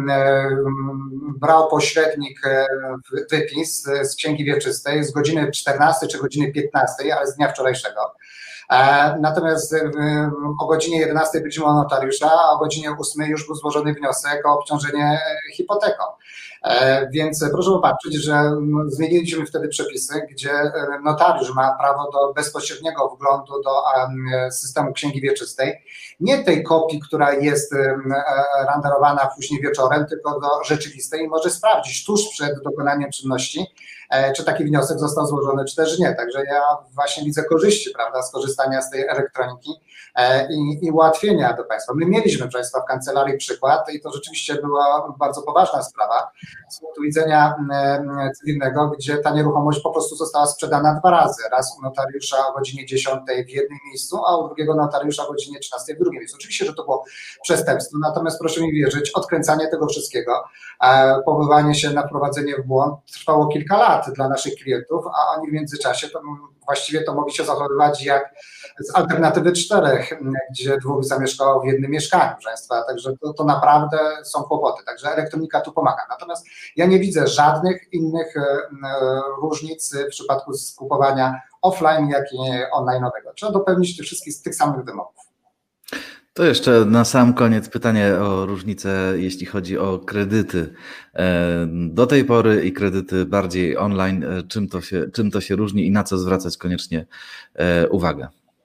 brał pośrednik wypis z księgi wieczystej z godziny czternastej czy godziny piętnastej, ale z dnia wczorajszego. Natomiast o godzinie jedenastej byliśmy u notariusza, a o godzinie ósmej już był złożony wniosek o obciążenie hipoteką. Więc proszę popatrzeć, że zmieniliśmy wtedy przepisy, gdzie notariusz ma prawo do bezpośredniego wglądu do systemu księgi wieczystej. Nie tej kopii, która jest renderowana później wieczorem, tylko do rzeczywistej i może sprawdzić tuż przed dokonaniem czynności, czy taki wniosek został złożony, czy też nie. Także ja właśnie widzę korzyści, prawda, z korzystania z tej elektroniki i, i ułatwienia do Państwa. My mieliśmy, proszę Państwa, w kancelarii przykład i to rzeczywiście była bardzo poważna sprawa z punktu widzenia cywilnego, gdzie ta nieruchomość po prostu została sprzedana dwa razy. Raz u notariusza o godzinie dziesiątej w jednym miejscu, a u drugiego notariusza o godzinie trzynastej w drugim miejscu. Oczywiście, że to było przestępstwo, natomiast proszę mi wierzyć, odkręcanie tego wszystkiego, powoływanie się na wprowadzenie w błąd trwało kilka lat dla naszych klientów, a oni w międzyczasie to właściwie to mogli się zachowywać jak z alternatywy czterech, gdzie dwóch zamieszkało w jednym mieszkaniu, proszę Państwa, także to, to naprawdę są kłopoty, także elektronika tu pomaga. Natomiast ja nie widzę żadnych innych różnic w przypadku skupowania offline, jak i online'owego. Trzeba dopełnić tych wszystkich z tych samych wymogów. To jeszcze na sam koniec pytanie o różnicę, jeśli chodzi o kredyty do tej pory i kredyty bardziej online. Czym to się, czym to się różni i na co zwracać koniecznie uwagę?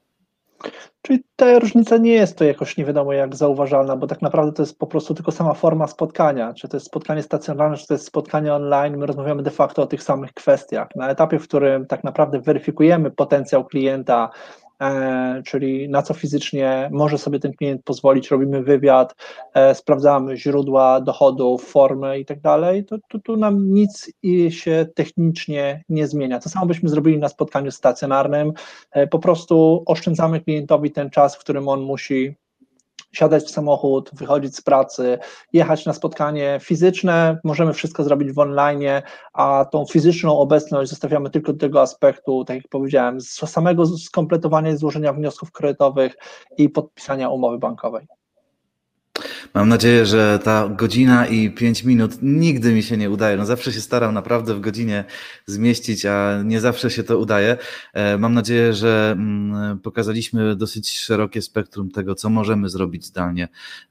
Czyli ta różnica nie jest to jakoś nie wiadomo jak zauważalna, bo tak naprawdę to jest po prostu tylko sama forma spotkania. Czy to jest spotkanie stacjonarne, czy to jest spotkanie online, my rozmawiamy de facto o tych samych kwestiach. Na etapie, w którym tak naprawdę weryfikujemy potencjał klienta, E, czyli na co fizycznie może sobie ten klient pozwolić, robimy wywiad, e, sprawdzamy źródła dochodów, formy i tak dalej, to, to tu nam nic się technicznie nie zmienia. To samo byśmy zrobili na spotkaniu stacjonarnym, e, po prostu oszczędzamy klientowi ten czas, w którym on musi siadać w samochód, wychodzić z pracy, jechać na spotkanie fizyczne, możemy wszystko zrobić w online, a tą fizyczną obecność zostawiamy tylko do tego aspektu, tak jak powiedziałem, z samego skompletowania i złożenia wniosków kredytowych i podpisania umowy bankowej. Mam nadzieję, że ta godzina i pięć minut nigdy mi się nie udaje. No zawsze się staram naprawdę w godzinie zmieścić, a nie zawsze się to udaje. Mam nadzieję, że pokazaliśmy dosyć szerokie spektrum tego, co możemy zrobić zdalnie,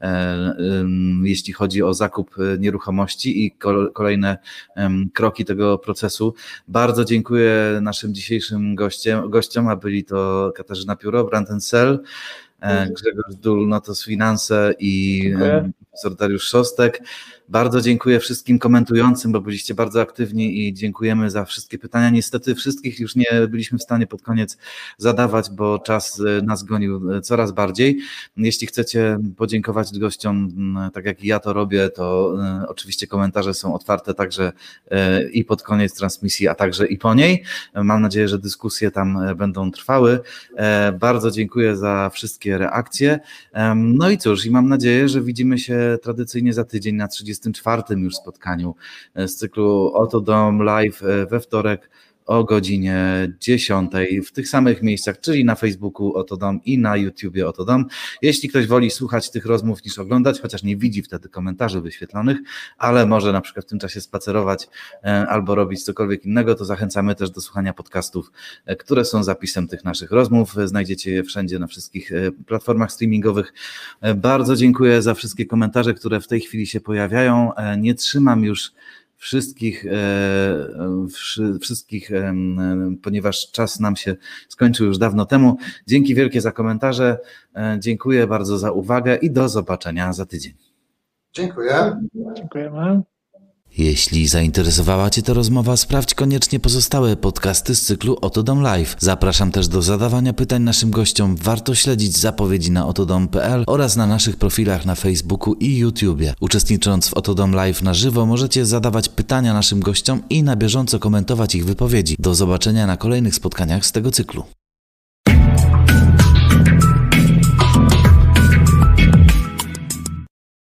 jeśli chodzi o zakup nieruchomości i kolejne kroki tego procesu. Bardzo dziękuję naszym dzisiejszym gościom, gościom a byli to Katarzyna Pióro, Brand and Sell, Grzegorz Dul, Notos Finanse i profesor Dariusz Szostek. Bardzo dziękuję wszystkim komentującym, bo byliście bardzo aktywni i dziękujemy za wszystkie pytania. Niestety wszystkich już nie byliśmy w stanie pod koniec zadawać, bo czas nas gonił coraz bardziej. Jeśli chcecie podziękować gościom, tak jak ja to robię, to oczywiście komentarze są otwarte także i pod koniec transmisji, a także i po niej. Mam nadzieję, że dyskusje tam będą trwały. Bardzo dziękuję za wszystkie reakcje. No i cóż, i mam nadzieję, że widzimy się tradycyjnie za tydzień na trzydziestym czwartym już spotkaniu z cyklu Oto Dom Live we wtorek o godzinie dziesiątej w tych samych miejscach, czyli na Facebooku Oto Dom i na YouTubie Oto Dom. Jeśli ktoś woli słuchać tych rozmów niż oglądać, chociaż nie widzi wtedy komentarzy wyświetlonych, ale może na przykład w tym czasie spacerować albo robić cokolwiek innego, to zachęcamy też do słuchania podcastów, które są zapisem tych naszych rozmów. Znajdziecie je wszędzie na wszystkich platformach streamingowych. Bardzo dziękuję za wszystkie komentarze, które w tej chwili się pojawiają. Nie trzymam już wszystkich, wszystkich, ponieważ czas nam się skończył już dawno temu. Dzięki wielkie za komentarze, dziękuję bardzo za uwagę i do zobaczenia za tydzień. Dziękuję. Dziękujemy. Jeśli zainteresowała Cię ta rozmowa, sprawdź koniecznie pozostałe podcasty z cyklu Oto Dom Live. Zapraszam też do zadawania pytań naszym gościom. Warto śledzić zapowiedzi na otodom kropka p l oraz na naszych profilach na Facebooku i YouTubie. Uczestnicząc w Oto Dom Live na żywo, możecie zadawać pytania naszym gościom i na bieżąco komentować ich wypowiedzi. Do zobaczenia na kolejnych spotkaniach z tego cyklu.